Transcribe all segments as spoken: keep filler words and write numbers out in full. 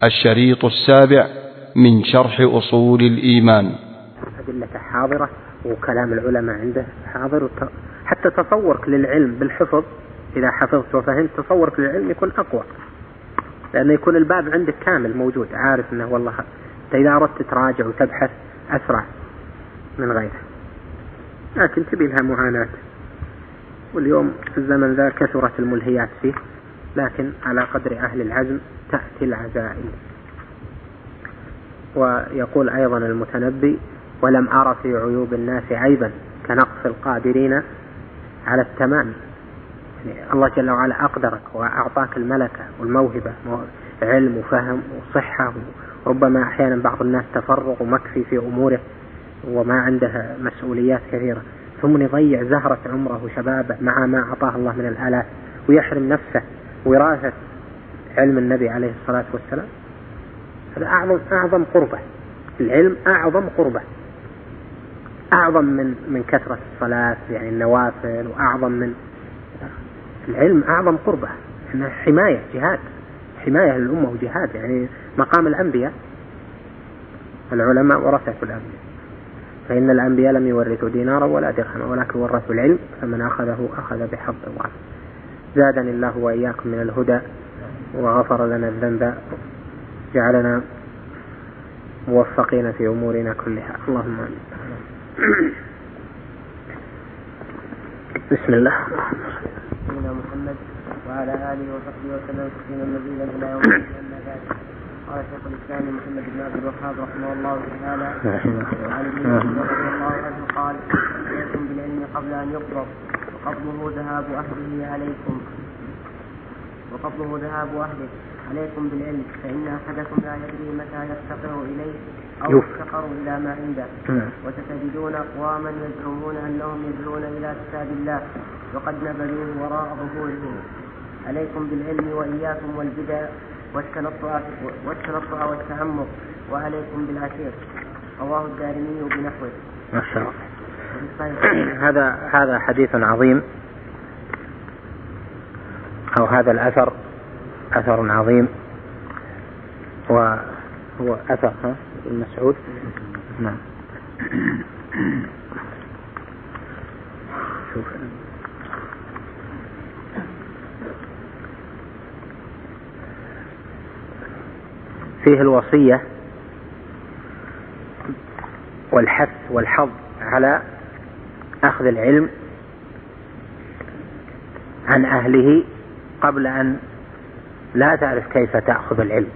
الشريط السابع من شرح أصول الإيمان. أدلة حاضرة وكلام العلماء عنده حاضر، حتى تصورك للعلم بالحفظ إذا حفظت وفهمت تصورك للعلم يكون أقوى، لأنه يكون الباب عندك كامل موجود، عارف أنه والله إذا أردت تراجع وتبحث أسرع من غيره. لكن تبي لها معاناة، واليوم في الزمن ذا كثرت الملهيات فيه، لكن على قدر أهل العزم تأتي العزائم. ويقول أيضا المتنبي: ولم أرى في عيوب الناس عيبا كنقص القادرين على التمام. يعني الله جل وعلا أقدرك وأعطاك الملكة والموهبة، علم وفهم وصحة، وربما أحيانا بعض الناس تفرغ ومكفي في أموره وما عنده مسؤوليات كثيرة، ثم يضيع زهرة عمره وشبابه مع ما أعطاه الله من الآلات ويحرم نفسه وراثة علم النبي عليه الصلاة والسلام. هذا أعظم أعظم قربة، العلم أعظم قربة، أعظم من من كثرة الصلاة يعني النوافل، وأعظم من العلم أعظم قربة، إنه حماية جهاد، حماية للأمة وجهاد، يعني مقام الأنبياء. العلماء ورثة الأنبياء، فإن الأنبياء لم يورثوا دينارا ولا درهما ولكن ورثوا العلم، فمن أخذه أخذ بحظ وافر. زادني الله وإياكم من الهدى وغفر لنا الذنب، جعلنا موفقين في أمورنا كلها، اللهم آمين. بسم الله. سيدنا محمد وعلى آله وصحبه وسلم تسليما مزيدا إلى يوم الدين. أما بعد، قال شيخ الإسلام محمد بن عبد الوهاب رحمه الله تعالى عن ابن مسعود رضي الله عنه قال: عليكم بالعلم قبل أن يقبض، وقبضه ذهاب أهله عليكم وقبضه ذهاب أهله عليكم بالعلم، فإن أحدكم لا يدري متى يفتقر إليه أو يفتقر إلى ما عنده. وستجدون أقواما يزعمون أنهم يدعون إلى كتاب الله وقد نبذوه وراء ظهورهم. عليكم بالعلم وإياكم والبدع والتنطع والتعمق، وعليكم بالعشير. رواه الدارمي بنحوه. ما شاء الله. هذا هذا حديث عظيم، أو هذا الأثر أثر عظيم، وهو أثر ها ابن مسعود. نعم. شوف فيه الوصية والحث والحظ على أخذ العلم عن أهله قبل أن لا تعرف كيف تأخذ العلم.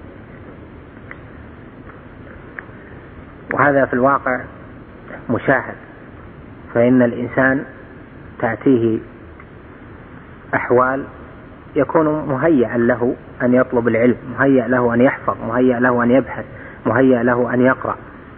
وهذا في الواقع مشاهد، فإن الإنسان تأتيه أحوال يكون مهيئا له أن يطلب العلم، مهيئ له أن يحفظ، مهيئ له أن يبحث، مهيئ له أن يقرأ،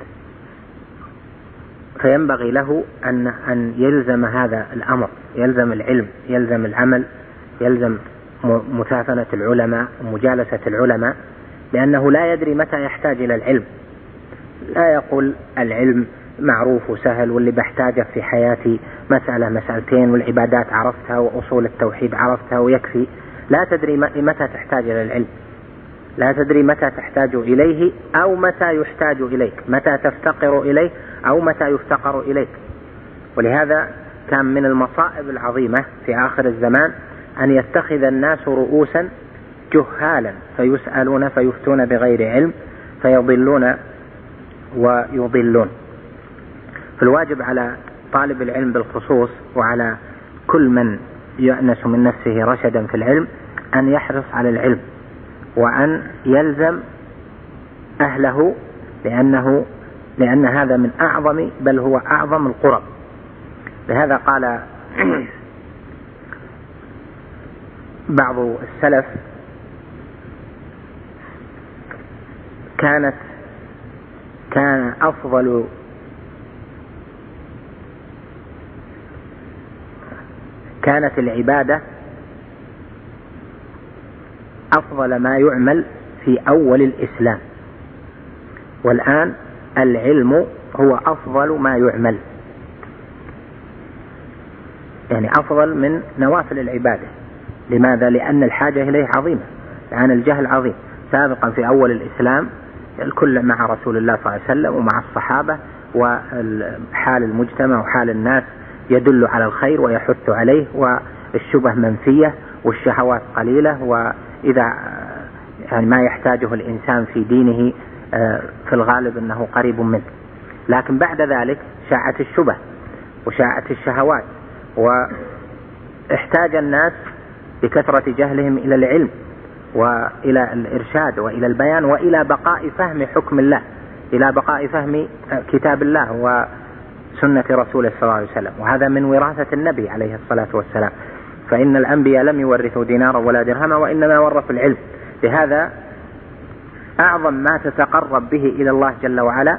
فينبغي له أن أن يلزم هذا الأمر، يلزم العلم، يلزم العمل، يلزم مثافنة العلماء ومجالسة العلماء، لأنه لا يدري متى يحتاج إلى العلم. لا يقول العلم معروف وسهل واللي بحتاجه في حياتي مسألة مسألتين والعبادات عرفتها وأصول التوحيد عرفتها ويكفي. لا تدري متى تحتاج إلى العلم، لا تدري متى تحتاج إليه أو متى يحتاج إليك، متى تفتقر إليه أو متى يفتقر إليك. ولهذا كان من المصائب العظيمة في آخر الزمان أن يتخذ الناس رؤوسا جهالا فيسألون فيفتون بغير علم فيضلون ويضلون. فالواجب على طالب العلم بالخصوص وعلى كل من يأنس من نفسه رشدا في العلم أن يحرص على العلم وأن يلزم أهله، لأنه لأن هذا من أعظم بل هو أعظم القرب. لهذا قال بعض السلف: كانت كان أفضل كانت العبادة أفضل ما يعمل في أول الإسلام، والآن العلم هو أفضل ما يعمل، يعني أفضل من نوافل العبادة. لماذا؟ لأن الحاجة إليه عظيمة، لأن الجهل عظيم. سابقا في أول الإسلام الكل مع رسول الله صلى الله عليه وسلم ومع الصحابة، وحال المجتمع وحال الناس يدل على الخير ويحث عليه، والشبه منفية والشهوات قليلة، وإذا يعني ما يحتاجه الإنسان في دينه في الغالب أنه قريب منه. لكن بعد ذلك شاعت الشبه وشاعت الشهوات، واحتاج الناس بكثرة جهلهم إلى العلم وإلى الإرشاد وإلى البيان وإلى بقاء فهم حكم الله، إلى بقاء فهم كتاب الله وسنة رسوله صلى الله عليه وسلم. وهذا من وراثة النبي عليه الصلاة والسلام، فإن الأنبياء لم يورثوا دينارا ولا درهما وإنما ورثوا العلم. لهذا أعظم ما تتقرب به إلى الله جل وعلا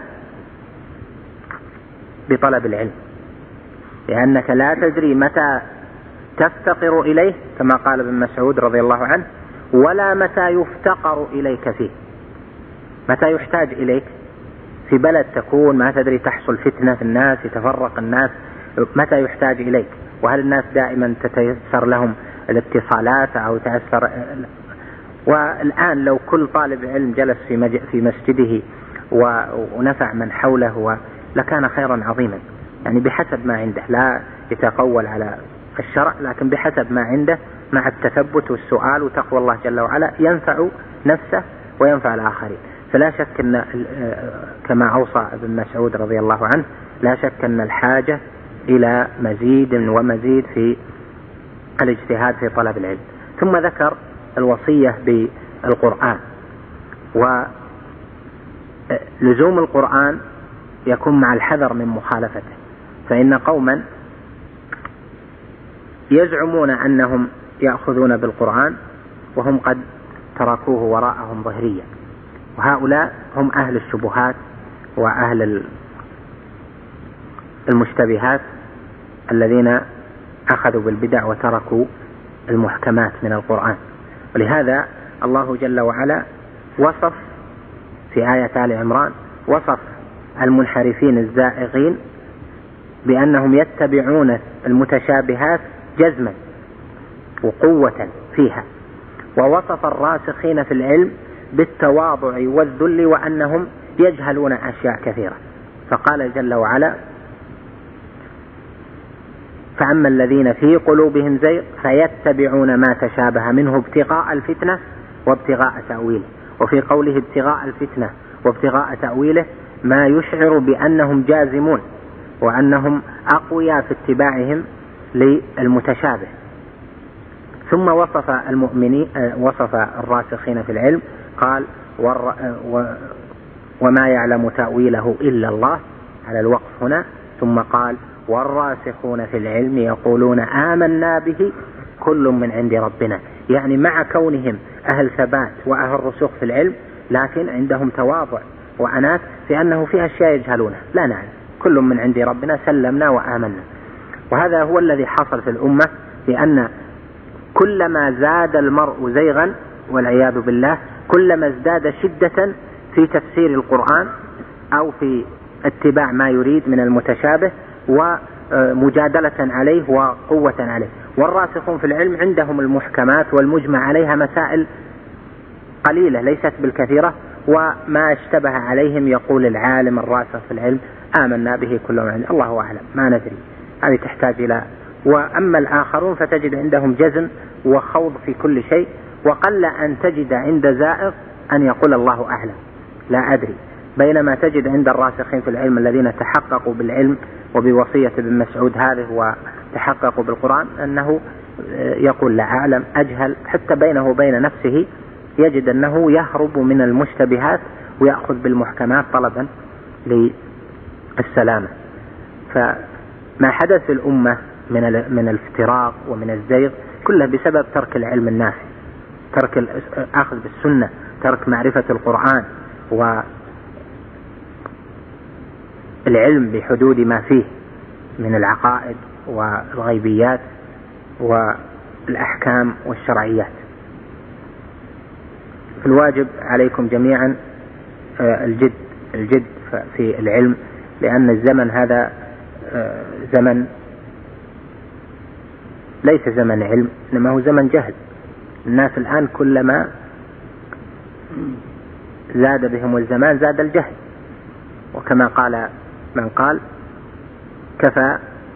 بطلب العلم، لأنك لا تدري متى تفتقر إليه كما قال ابن مسعود رضي الله عنه، ولا متى يفتقر إليك فيه. متى يحتاج إليك في بلد تكون ما تدري، تحصل فتنة في الناس، يتفرق الناس، متى يحتاج إليك؟ وهل الناس دائما تتيسر لهم الاتصالات أو تأثر؟ والآن لو كل طالب علم جلس في في مسجده ونفع من حوله لكان خيرا عظيما، يعني بحسب ما عنده، لا يتقول على الشرع، لكن بحسب ما عنده مع التثبت والسؤال وتقوى الله جل وعلا ينفع نفسه وينفع الآخرين. فلا شك أن كما أوصى ابن مسعود رضي الله عنه، لا شك أن الحاجة إلى مزيد ومزيد في الاجتهاد في طلب العلم. ثم ذكر الوصية بالقرآن، ولزوم القرآن يكون مع الحذر من مخالفته، فإن قوما يزعمون أنهم يأخذون بالقرآن وهم قد تركوه وراءهم ظهريا، وهؤلاء هم أهل الشبهات وأهل المشتبهات الذين أخذوا بالبدع وتركوا المحكمات من القرآن. ولهذا الله جل وعلا وصف في آية آل عمران، وصف المنحرفين الزائغين بأنهم يتبعون المتشابهات جزما وقوة فيها، ووصف الراسخين في العلم بالتواضع والذل وأنهم يجهلون أشياء كثيرة. فقال جل وعلا: فأما الذين في قلوبهم زيغ فيتبعون ما تشابه منه ابتغاء الفتنة وابتغاء تأويله. وفي قوله ابتغاء الفتنة وابتغاء تأويله ما يشعر بأنهم جازمون وأنهم أقوياء في اتباعهم للمتشابه. ثم وصف المؤمنين، وصف الراسخين في العلم، قال: وما يعلم تأويله إلا الله، على الوقف هنا. ثم قال: والراسخون في العلم يقولون آمنا به كل من عند ربنا. يعني مع كونهم أهل ثبات وأهل رسوخ في العلم، لكن عندهم تواضع وعنات في أنه فيها أشياء يجهلونها، لا نعلم، كل من عند ربنا سلمنا وآمنا. وهذا هو الذي حصل في الأمة، لأن كلما زاد المرء زيغا والعياذ بالله كلما ازداد شدة في تفسير القرآن أو في اتباع ما يريد من المتشابه ومجادلة عليه وقوة عليه. والراسخون في العلم عندهم المحكمات والمجمع عليها مسائل قليلة ليست بالكثيرة، وما اشتبه عليهم يقول العالم الراسخ في العلم آمنا به كل من، الله أعلم، ما ندري، هذه تحتاج إلى. وأما الآخرون فتجد عندهم جزم وخوض في كل شيء، وقل أن تجد عند زائغ أن يقول الله أعلم، لا أدري. بينما تجد عند الراسخين في العلم الذين تحققوا بالعلم وبوصية ابن مسعود هذه وتحققوا بالقرآن أنه يقول لا أعلم، أجهل. حتى بينه وبين نفسه يجد أنه يهرب من المشتبهات ويأخذ بالمحكمات طلبا للسلامة. فما حدث في الأمة من من الافتراق ومن الزيغ كله بسبب ترك العلم النافع، ترك الأخذ بالسنة، ترك معرفة القرآن والعلم بحدود ما فيه من العقائد والغيبيات والأحكام والشرعيات. الواجب عليكم جميعا الجد الجد في العلم، لأن الزمن هذا زمن ليس زمن علم، إنما هو زمن جهل. الناس الآن كلما زاد بهم الزمان زاد الجهل، وكما قال من قال كفى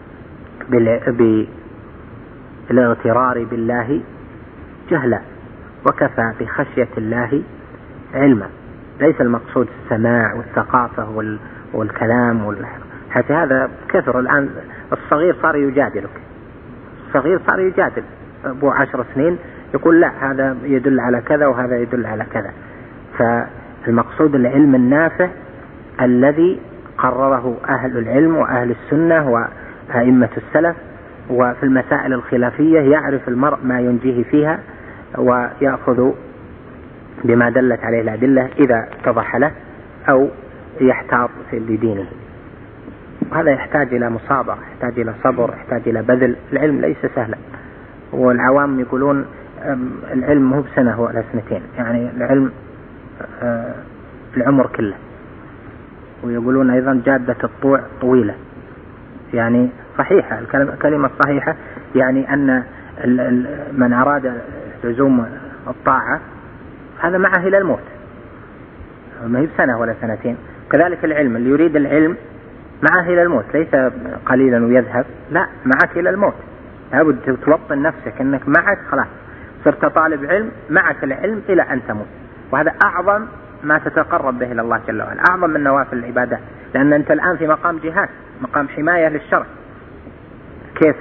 بالاغترار بالله جهلا وكفى بخشية الله علما. ليس المقصود السماع والثقافة والكلام، حتى هذا كثر الآن. الصغير صار يجادلك، الصغير صار يجادل أبو عشر سنين يقول لا هذا يدل على كذا وهذا يدل على كذا. فالمقصود العلم النافع الذي قرره أهل العلم وأهل السنة وأئمة السلف، وفي المسائل الخلافية يعرف المرء ما ينجيه فيها ويأخذ بما دلت عليه الأدلة إذا اتضح له أو يحتاط في دينه. وهذا يحتاج إلى مصابرة، يحتاج إلى صبر، يحتاج إلى بذل. العلم ليس سهلا، والعوام يقولون العلم هو بسنة ولا سنتين، يعني العلم العمر كله. ويقولون أيضا جادة الطوع طويلة، يعني صحيحة الكلمة صحيحة، يعني أن من أراد لزوم الطاعة هذا معه إلى الموت، ما هي بسنة ولا سنتين. كذلك العلم اللي يريد العلم معه إلى الموت، ليس قليلا ويذهب، لا معك إلى الموت. لابد توطن نفسك أنك معك خلاص صرت طالب علم، معك العلم إلى أن تموت. وهذا أعظم ما تتقرب به إلى الله جل وعلا، أعظم من نوافل العبادات، لأن أنت الآن في مقام جهاد، مقام حماية للشرع. كيف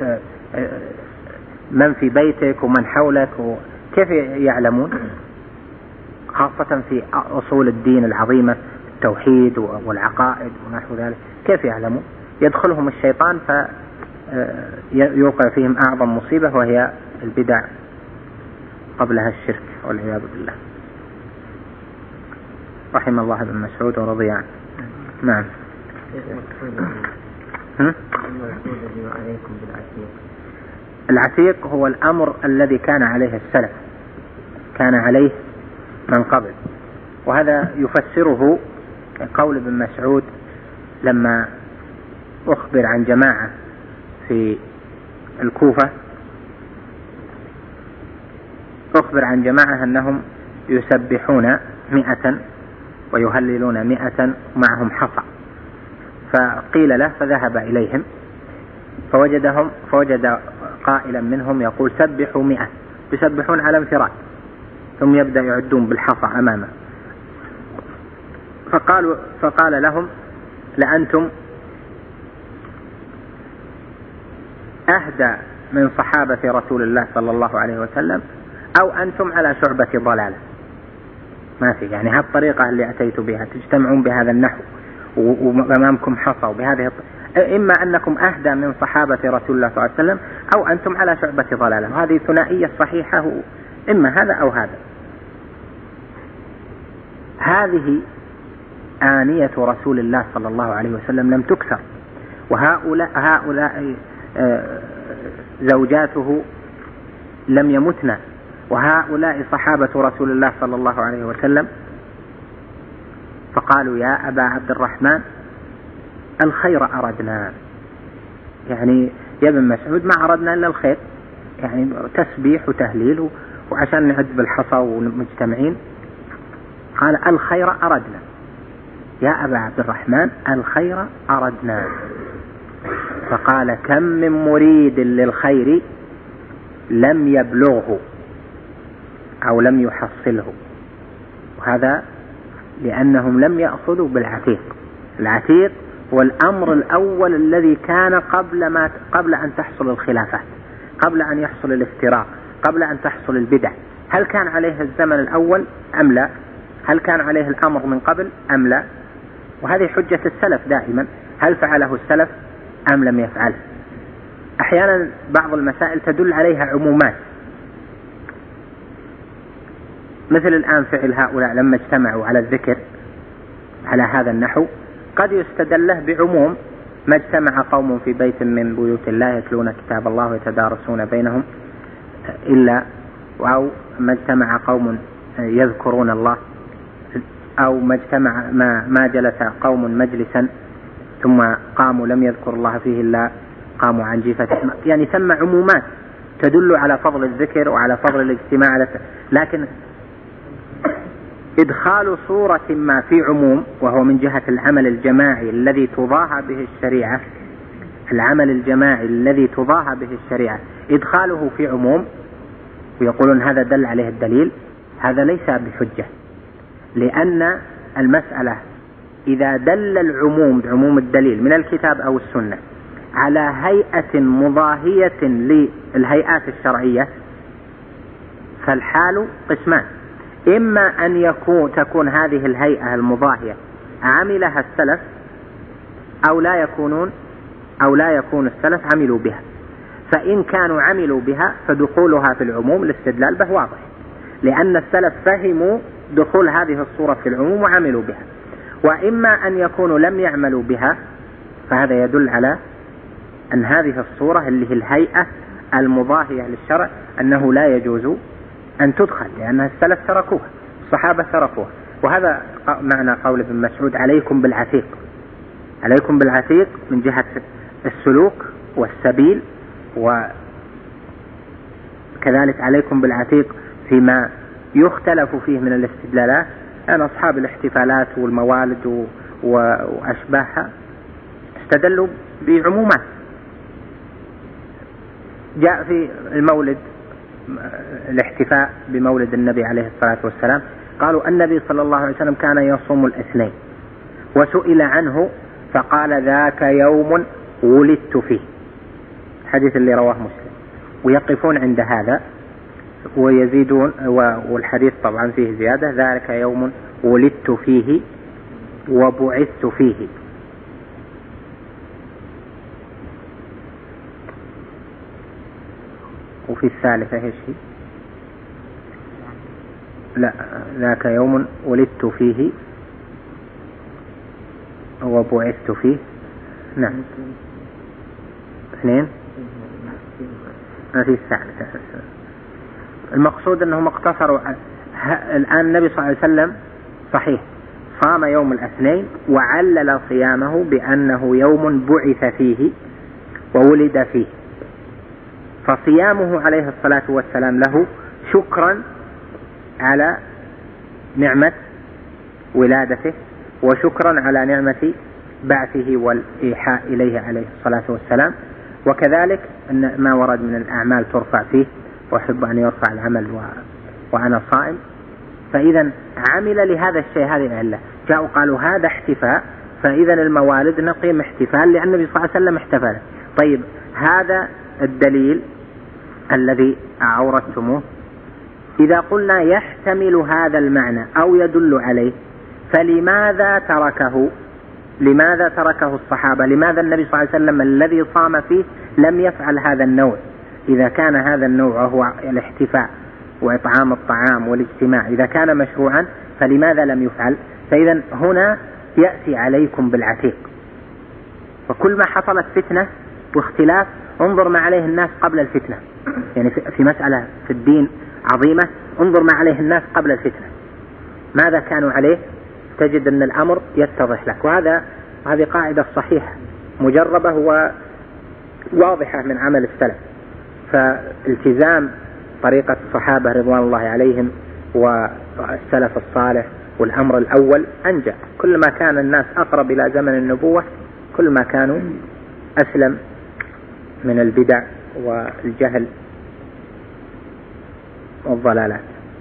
من في بيتك ومن حولك كيف يعلمون؟ خاصة في أصول الدين العظيمة، التوحيد والعقائد ونحو ذلك، كيف يعلمون؟ يدخلهم الشيطان فيوقع فيهم أعظم مصيبة، وهي البدع قبلها الشرك والعياذ بالله. رحم الله ابن مسعود ورضي عنه. نعم. العتيق هو الأمر الذي كان عليه السلف، كان عليه من قبل. وهذا يفسره قول ابن مسعود لما أخبر عن جماعة في الكوفة، أخبر عن جماعة أنهم يسبحون مئة ويهللون مئة معهم حصى، فقيل له فذهب إليهم فوجدهم فوجد قائلا منهم يقول سبحوا مئة، يسبحون على انفراد، ثم يبدأ يعدون بالحصى أمامه. فقالوا فقال لهم لأنتم أهدى من صحابة رسول الله صلى الله عليه وسلم أو أنتم على شعبة ضلالة. ما في، يعني هذه الطريقة اللي أتيت بها تجتمعون بهذا النحو وأمامكم حصى وبهذه الط... إما أنكم أهدى من صحابة رسول الله صلى الله عليه وسلم أو أنتم على شعبة ضلالة. وهذه ثنائية صحيحة، إما هذا أو هذا. هذه آنية رسول الله صلى الله عليه وسلم لم تكسر، وهؤلاء هؤلاء زوجاته لم يمتن، وهؤلاء صحابة رسول الله صلى الله عليه وسلم. فقالوا يا أبا عبد الرحمن الخير أردنا، يعني يا ابن مسعود ما أردنا إلا الخير، يعني تسبيح وتهليل وعشان نعد بالحصى ومجتمعين. قال الخير أردنا يا أبا عبد الرحمن الخير أردنا. فقال كم من مريد للخير لم يبلغه أو لم يحصله. وهذا لأنهم لم يأخذوا بالعتيق. العتيق هو الأمر الأول الذي كان قبل ما قبل أن تحصل الخلافات، قبل أن يحصل الافتراق، قبل أن تحصل البدع. هل كان عليه الزمن الأول أم لا؟ هل كان عليه الأمر من قبل أم لا؟ وهذه حجة السلف دائما، هل فعله السلف أم لم يفعله؟ أحيانا بعض المسائل تدل عليها عمومات، مثل الآن فعل هؤلاء لما اجتمعوا على الذكر على هذا النحو قد يستدل له بعموم ما اجتمع قوم في بيت من بيوت الله يتلون كتاب الله ويتدارسون بينهم إلا، أو ما اجتمع قوم يذكرون الله، أو ما اجتمع ما, ما جلس قوم مجلسا ثم قاموا لم يذكر الله فيه إلا قاموا عن جيفة. يعني ثم عمومات تدل على فضل الذكر وعلى فضل الاجتماع. لكن إدخال صورة ما في عموم، وهو من جهة العمل الجماعي الذي تضاهى به الشريعة، العمل الجماعي الذي تضاهى به الشريعة إدخاله في عموم، ويقولون هذا دل عليه الدليل، هذا ليس بحجة، لأن المسألة إذا دل العموم بعموم الدليل من الكتاب أو السنة على هيئة مضاهية للهيئات الشرعية فالحال قسمان: إما أن يكون تكون هذه الهيئة المضاهية عملها السلف أو لا يكونون أو لا يكون السلف عملوا بها، فإن كانوا عملوا بها فدخولها في العموم الاستدلال به واضح، لأن السلف فهموا دخول هذه الصورة في العموم وعملوا بها. وإما أن يكونوا لم يعملوا بها، فهذا يدل على أن هذه الصورة اللي هي الهيئة المضاهية للشرع أنه لا يجوز أن تدخل، لأن السلف تركوها، الصحابة تركوها. وهذا معنى قول ابن مسعود: عليكم بالعتيق. عليكم بالعتيق من جهة السلوك والسبيل، وكذلك عليكم بالعتيق فيما يختلف فيه من الاستدلالات، لأن أصحاب الاحتفالات والموالد وأشباهها استدلوا بعمومات. جاء في المولد الاحتفاء بمولد النبي عليه الصلاة والسلام، قالوا النبي صلى الله عليه وسلم كان يصوم الاثنين، وسئل عنه فقال: ذاك يوم ولدت فيه، حديث اللي رواه مسلم. ويقفون عند هذا ويزيدون، والحديث طبعا فيه زيادة: ذاك يوم ولدت فيه وبعثت فيه. وفي الثالثة ايش هي؟ لا، ذاك يوم ولدت فيه وبعثت فيه. نعم، اثنين ما في الثالثة. المقصود أنهم اقتصروا. الآن النبي صلى الله عليه وسلم صحيح صام يوم الاثنين وعلل صيامه بأنه يوم بعث فيه وولد فيه، فصيامه عليه الصلاة والسلام له شكرا على نعمة ولادته وشكرا على نعمة بعثه والإيحاء إليه عليه الصلاة والسلام. وكذلك أن ما ورد من الأعمال ترفع فيه، وأحب أن يرفع العمل و... وأنا صائم. فإذا عمل لهذا الشيء، هذه العلة. جاءوا قالوا هذا احتفاء، فإذا الموالد نقيم احتفال لأن النبي صلى الله عليه وسلم احتفل. طيب، هذا الدليل الذي أوردتموه إذا قلنا يحتمل هذا المعنى أو يدل عليه، فلماذا تركه؟ لماذا تركه الصحابة؟ لماذا النبي صلى الله عليه وسلم الذي صام فيه لم يفعل هذا النوع؟ إذا كان هذا النوع هو الاحتفاء وإطعام الطعام والاجتماع، إذا كان مشروعا فلماذا لم يفعل؟ فإذا هنا يأتي عليكم بالعتيق. وكل ما حصلت فتنة واختلاف انظر ما عليه الناس قبل الفتنة، يعني في مسألة في الدين عظيمة انظر ما عليه الناس قبل الفتنة، ماذا كانوا عليه؟ تجد أن الأمر يتضح لك. وهذا هذه قاعدة صحيحة مجربة وواضحة من عمل السلف. فالتزام طريقة الصحابة رضوان الله عليهم والسلف الصالح والأمر الأول أنجى. كل ما كان الناس أقرب إلى زمن النبوة كل ما كانوا أسلم من البدع والجهل والضلالات.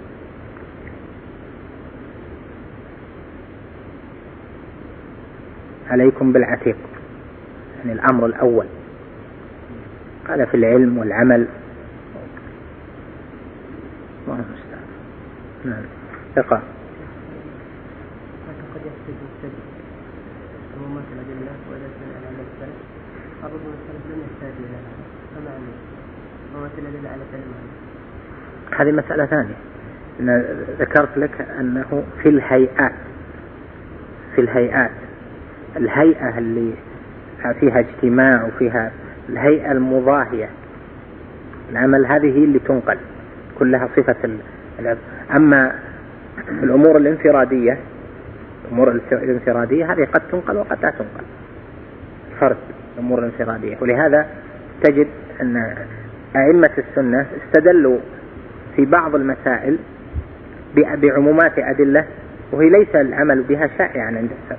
عليكم بالعتيق يعني الأمر الأول، هذا في العلم والعمل. الله المستعان. نعم، اقرأ. قد يحتاج السبب عمومات الأدلة وإذا كان على السلف أرض السلف لم يحتاج إلى هذا، فمعنى عمومات الأدلة على كلمة. هذه مسألة ثانية. أنا ذكرت لك أنه في الهيئات في الهيئات الهيئة اللي فيها اجتماع وفيها الهيئة المضاهية العمل، هذه هي اللي تنقل كلها صفة العبد. أما الأمور الانفرادية الأمور الانفرادية هذه قد تنقل وقد لا تنقل، فرد الأمور الانفرادية. ولهذا تجد أن أئمة السنة استدلوا في بعض المسائل بعمومات أدلة وهي ليس العمل بها شائعا عند السلف.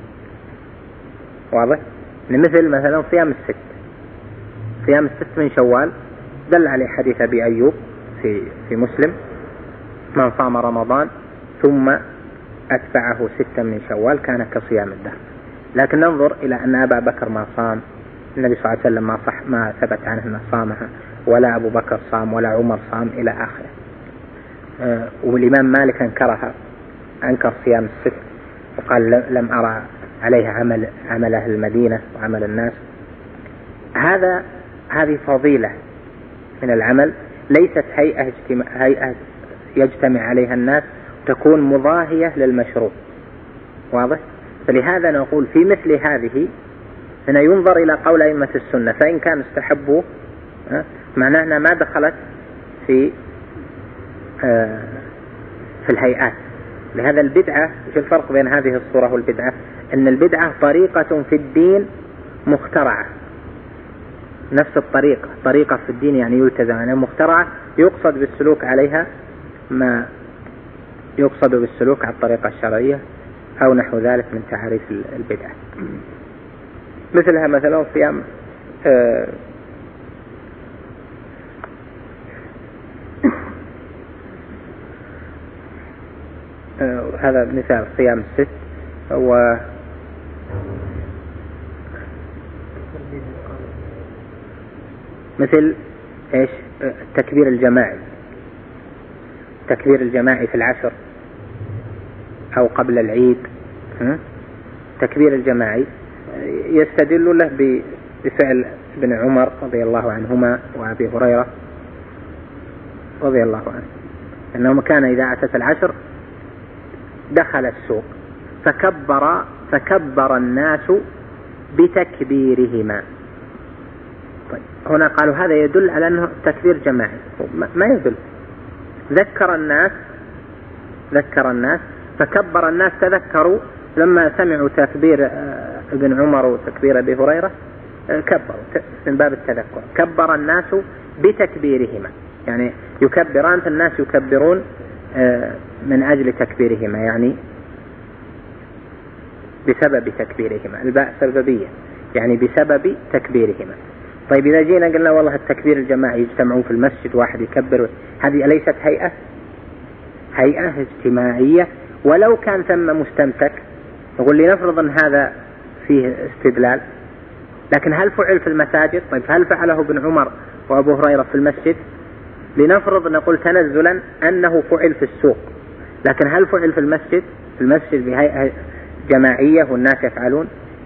واضح؟ مثل مثلا صيام الست، صيام الست من شوال دل عليه حديث أبي أيوب في في مسلم: من صام رمضان ثم أتبعه ستا من شوال كان كصيام الدهر. لكن ننظر إلى أن أبا بكر ما صام، النبي صلى الله عليه وسلم ما صح ما ثبت عنه أنه صامها، ولا أبو بكر صام ولا عمر صام إلى آخره. أه والإمام مالك أنكرها، أنكر صيام الست وقال لم أرى عليها عمل عمل أهل المدينة وعمل الناس. هذا هذه فضيلة من العمل، ليست هيئة اجتماع هيئة يجتمع عليها الناس تكون مضاهية للمشروع. واضح؟ فلهذا نقول في مثل هذه هنا ينظر إلى قول أئمة السنة، فإن كان استحبوا معناه أنها ما دخلت في في الهيئات. لهذا البدعة، شو الفرق بين هذه الصورة والبدعة؟ أن البدعة طريقة في الدين مخترعة، نفس الطريقة، طريقة في الدين يعني يلتزم عنها، مخترعة يقصد بالسلوك عليها ما يقصد بالسلوك على الطريقة الشرعية أو نحو ذلك من تعريف البدعة. مثلها مثلا صيام آه آه هذا مثال صيام الست، و مثل ايش التكبير الجماعي، التكبير الجماعي في العشر او قبل العيد. تكبير الجماعي يستدل له بفعل ابن عمر رضي الله عنهما وابي هريرة رضي الله عنه، انه كان اذا اتت العشر دخل السوق فكبر فكبر الناس بتكبيرهما. طيب هنا قالوا هذا يدل على أنه تكبير جماعي، ما يدل. ذكر الناس ذكر الناس فكبر الناس، تذكروا لما سمعوا تكبير ابن عمر وتكبير أبي هريرة كبروا من باب التذكر. كبر الناس بتكبيرهما، يعني يكبران فالناس يكبرون من أجل تكبيرهما، يعني بسبب تكبيرهما. الباء سببية يعني بسبب تكبيرهما. طيب إذا جينا قلنا والله التكبير الجماعي يجتمعون في المسجد واحد يكبر، هذه أليست هيئة هيئة اجتماعية؟ ولو كان ثم مستمسك، نقول لنفرض أن هذا فيه استدلال، لكن هل فعل في المساجد؟ طيب هل فعله ابن عمر وأبو هريرة في المسجد؟ لنفرض نقول تنزلا أنه فعل في السوق، لكن هل فعل في المسجد؟ في المسجد بهيئة جماعية والناس يفعلون؟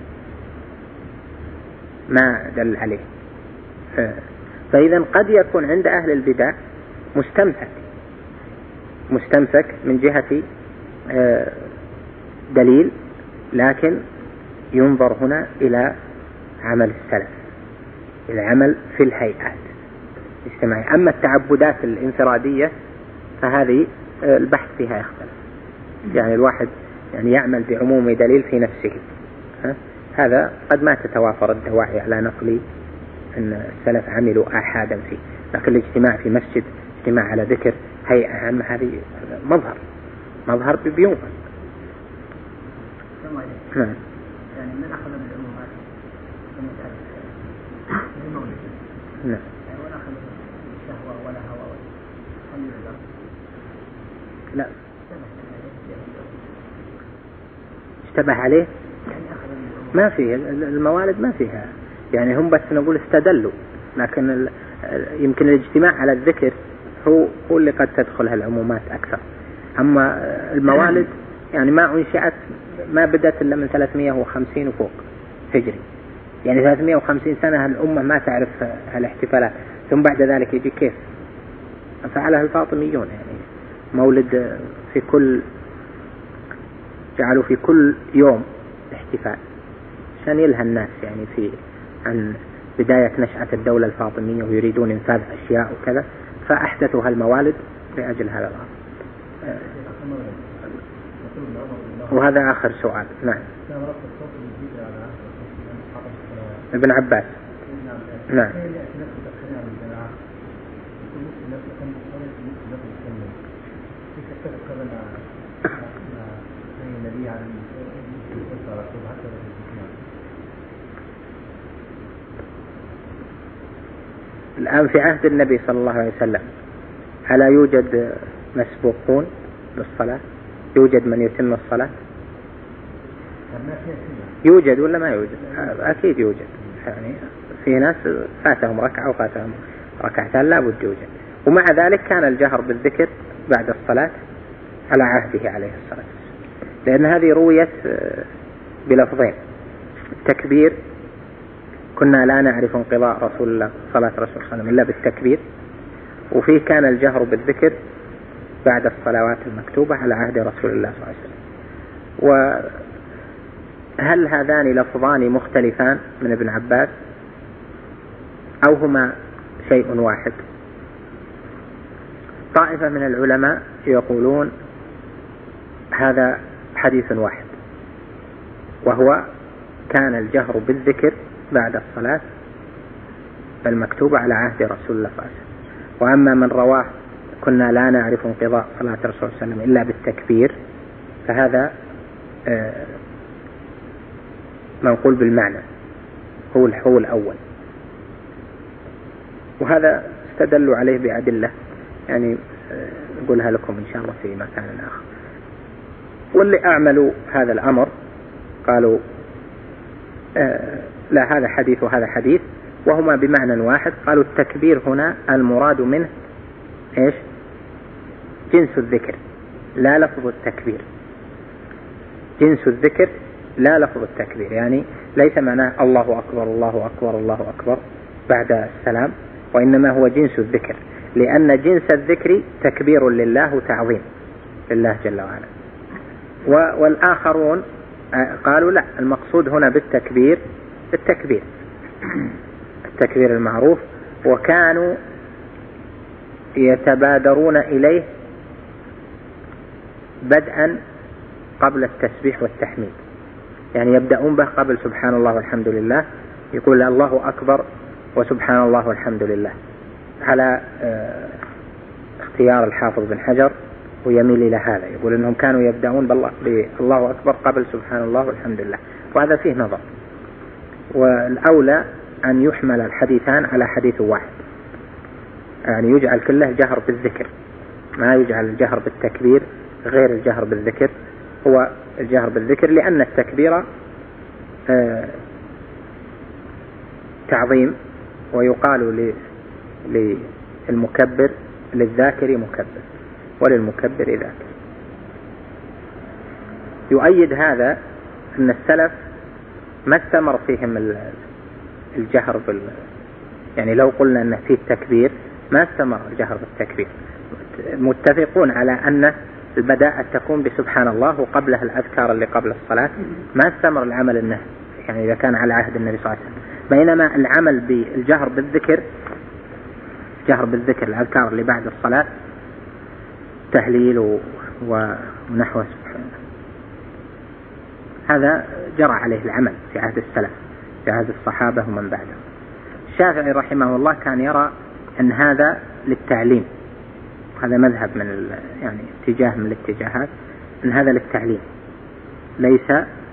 ما دل عليه. فإذا قد يكون عند أهل البدع مستمسك مستمسك من جهة دليل، لكن ينظر هنا إلى عمل السلف، إلى عمل في الهيئات الاجتماعية. أما التعبدات الانفرادية فهذه البحث فيها يختلف، يعني الواحد يعني يعمل بعموم دليل في نفسه، هذا قد ما تتوافر الدواعي على نقل أن السلف عملوا آحادا فيه، لكن الاجتماع في مسجد، اجتماع على ذكر هيئة عامة، هذه مظهر مظهر بيوم. نعم. يعني من أخذ بالعمومات نعم. ولا أخذ بالشهوة ولا هوى لا اشتبه عليه ما فيه الموالد ما فيها، يعني هم بس نقول استدلوا، لكن يمكن الاجتماع على الذكر هو هو اللي قد تدخلها العمومات أكثر. أما الموالد يعني ما أنشأت ما بدأت إلا من ثلاثمائة وخمسين وفوق هجري، يعني ثلاثمائة وخمسين سنة الأمة ما تعرف الاحتفالات، ثم بعد ذلك يجي كيف فعلها الفاطميون، يعني مولد في كل جعلوا في كل يوم احتفال عشان يلهى الناس يعني في عن بداية نشأة الدولة الفاطمية ويريدون إنفاذ أشياء وكذا، فأحدثوا هالموالد لأجل هذا الغرض. وهذا آخر سؤال. نعم. ابن عباس. نعم. الآن في عهد النبي صلى الله عليه وسلم ألا يوجد مسبوقون بالصلاة؟ يوجد من يتم الصلاة؟ يوجد ولا ما يوجد؟ أكيد يوجد. يعني في ناس فاتهم ركعة وفاتهم ركعتان لا بد يوجد. ومع ذلك كان الجهر بالذكر بعد الصلاة على عهده عليه الصلاة والسلام، لأن هذه رويت بلفظين: التكبير كنا لا نعرف انقضاء رسول الله صلاة رسول الله صلى الله عليه وسلم إلا بالتكبير، وفيه كان الجهر بالذكر بعد الصلوات المكتوبة على عهد رسول الله صلى الله عليه وسلم. وهل هذان لفظان مختلفان من ابن عباس أو هما شيء واحد؟ طائفة من العلماء يقولون هذا حديث واحد، وهو كان الجهر بالذكر بعد الصلاة المكتوبة على عهد رسول الله صلى الله عليه وسلم. وأما من رواه كنا لا نعرف انقضاء صلاة رسول الله صلى الله عليه وسلم إلا بالتكبير فهذا منقول بالمعنى، هو هو الأول، وهذا استدلوا عليه بأدلة يعني نقولها لكم إن شاء الله في مكان آخر. واللي أعملوا هذا الأمر قالوا آه لا هذا حديث وهذا حديث وهما بمعنى واحد. قالوا التكبير هنا المراد منه إيش؟ جنس الذكر لا لفظ التكبير، جنس الذكر لا لفظ التكبير، يعني ليس معناه الله أكبر الله أكبر الله أكبر بعد السلام، وإنما هو جنس الذكر، لأن جنس الذكر تكبير لله وتعظيم لله جل وعلا. والآخرون قالوا لا، المقصود هنا بالتكبير التكبير التكبير المعروف، وكانوا يتبادرون إليه بدءا قبل التسبيح والتحميد، يعني يبدأون به قبل سبحان الله والحمد لله، يقول الله أكبر وسبحان الله والحمد لله، على اختيار الحافظ بن حجر ويميل إلى هذا، يقول أنهم كانوا يبدأون بالله أكبر قبل سبحان الله والحمد لله، وهذا فيه نظر. والأولى أن يحمل الحديثان على حديث واحد، يعني يجعل كله جهر بالذكر، ما يجعل الجهر بالتكبير غير الجهر بالذكر، هو الجهر بالذكر، لأن التكبير تعظيم، ويقال للمكبر للذاكر مكبر وللمكبر ذاكر. يؤيد هذا أن السلف ما استمر فيهم الجهر بال يعني لو قلنا أن فيه التكبير ما استمر الجهر بالتكبير، متفقون على أن البداءة تكون بسبحان الله وقبلها الأذكار اللي قبل الصلاة، ما استمر العمل النهي يعني إذا كان على عهد النبي صلى الله عليه وسلم. بينما العمل بالجهر بالذكر، جهر بالذكر الأذكار اللي بعد الصلاة تهليل ونحو سبحان الله، هذا جرى عليه العمل في عهد السلف في عهد الصحابة ومن بعدهم. الشافعي رحمه الله كان يرى أن هذا للتعليم، هذا مذهب من يعني اتجاه من الاتجاهات، أن هذا للتعليم ليس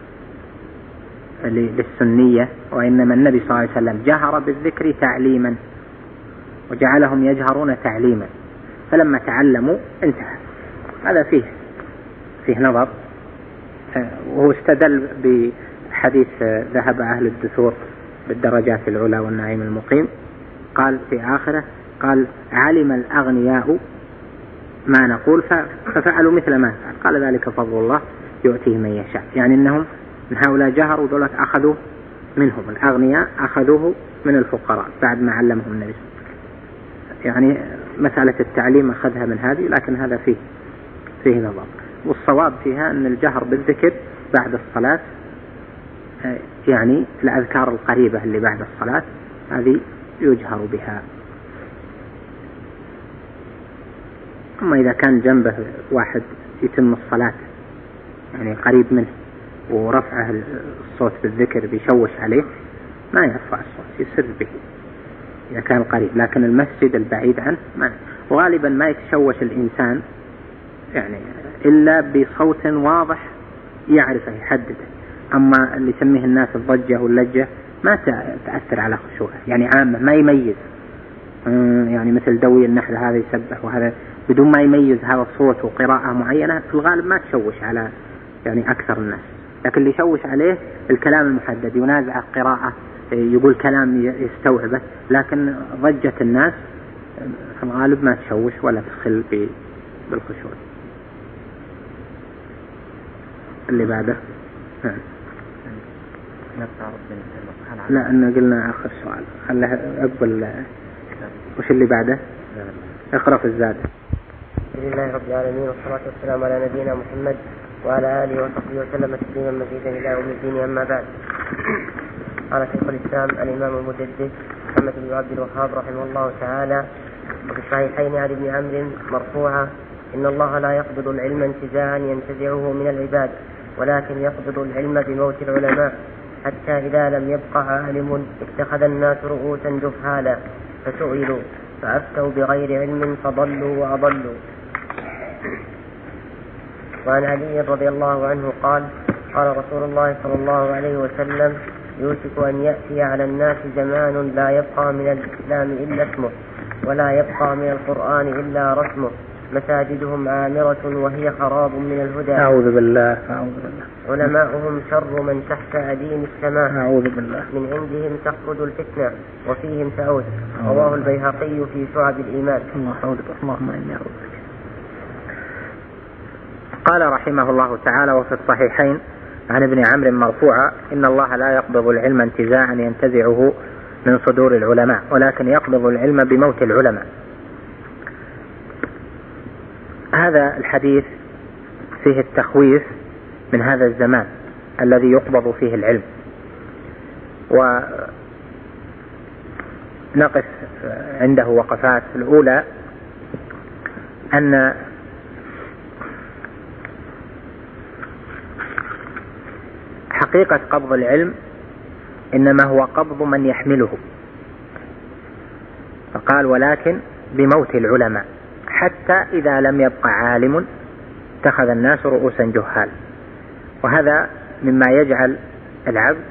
للسنية، وإنما النبي صلى الله عليه وسلم جهر بالذكر تعليما وجعلهم يجهرون تعليما، فلما تعلموا انتهى. هذا فيه فيه نظر، وهو استدل بحديث ذهب أهل الدثور بالدرجات العلى والنعيم المقيم، قال في آخره قال علم الأغنياء ما نقول ففعلوا مثل ما فعل، قال ذلك فضل الله يؤتيه من يشاء، يعني أنهم من هؤلاء جهروا دولة أخذوا منهم، الأغنياء أخذوه من الفقراء بعد ما علمهم النبي، يعني مسألة التعليم أخذها من هذه، لكن هذا فيه فيه نظر. والصواب فيها أن الجهر بالذكر بعد الصلاة يعني الأذكار القريبة اللي بعد الصلاة هذه يجهر بها. أما إذا كان جنبه واحد يتم الصلاة يعني قريب منه ورفعه الصوت بالذكر بيشوش عليه ما يرفع الصوت، يسر به إذا كان قريب، لكن المسجد البعيد عنه ما. وغالبا ما يتشوش الإنسان يعني إلا بصوت واضح يعرفه يحدده. أما اللي يسميه الناس الضجة واللجة ما تأثر على خشوعه، يعني عامة ما يميز، يعني مثل دوي النحل هذا يسبح وهذا بدون ما يميز هذا الصوت وقراءة معينة في الغالب ما تشوش على يعني أكثر الناس. لكن اللي يشوش عليه الكلام المحدد، ينازع قراءة، يقول كلام يستوعبه، لكن ضجة الناس في الغالب ما تشوش ولا تخل بالخشوع. اللي بعده لا أن قلنا آخر سؤال، خلها أقبل. وش اللي بعده؟ اقرأ في الزاد. بسم الله رب العالمين، والصلاة والسلام على نبينا محمد وعلى آله وصحبه وسلم تسليما مزيدا إلى يوم الدين. أما بعد، قال شيخ الإسلام الإمام المجدد محمد بن عبد الوهاب رحمه الله تعالى وفي الصحيحين عن ابن عمرو مرفوعا: إن الله لا يقبض العلم انتزاعا ينتزعه من العباد، ولكن يقبض العلم بموت العلماء، حتى إذا لم يبقى عالم اتخذ الناس رؤوسا جهالا فسئلوا فأفتوا بغير علم فضلوا وأضلوا. وعن علي رضي الله عنه قال: قال رسول الله صلى الله عليه وسلم: يوشك أن يأتي على الناس زمان لا يبقى من الإسلام إلا اسمه، ولا يبقى من القرآن إلا رسمه، مساجدهم عامرة وهي خراب من الهدى. أعوذ بالله أعوذ بالله. علماؤهم شر من تحت أديم السماء. أعوذ بالله. من عندهم تخرج الفتنة وفيهم تعود. رواه البيهقي في شعب الإيمان. الله أعوذ بالله. اللهم إني أعوذ بك. قال رحمه الله تعالى: وفي الصحيحين عن ابن عمرو مرفوعا: إن الله لا يقبض العلم انتزاعا ينتزعه من صدور العلماء، ولكن يقبض العلم بموت العلماء. هذا الحديث فيه التخويف من هذا الزمان الذي يقبض فيه العلم. ونقف عنده وقفات. الأولى أن حقيقة قبض العلم إنما هو قبض من يحمله، فقال: ولكن بموت العلماء، حتى إذا لم يبقى عالم اتخذ الناس رؤوسا جهال. وهذا مما يجعل العبد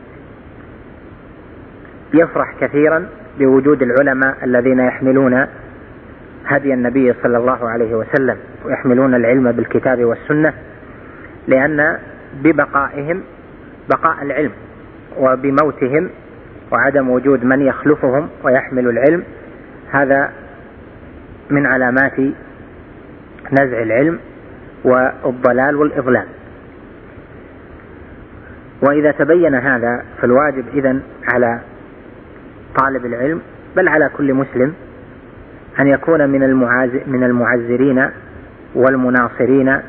يفرح كثيرا بوجود العلماء الذين يحملون هدي النبي صلى الله عليه وسلم ويحملون العلم بالكتاب والسنة، لأن ببقائهم بقاء العلم، وبموتهم وعدم وجود من يخلفهم ويحمل العلم هذا من علامات نزع العلم والضلال والإضلال. وإذا تبين هذا فالواجب إذن على طالب العلم بل على كل مسلم أن يكون من من المعزرين والمناصرين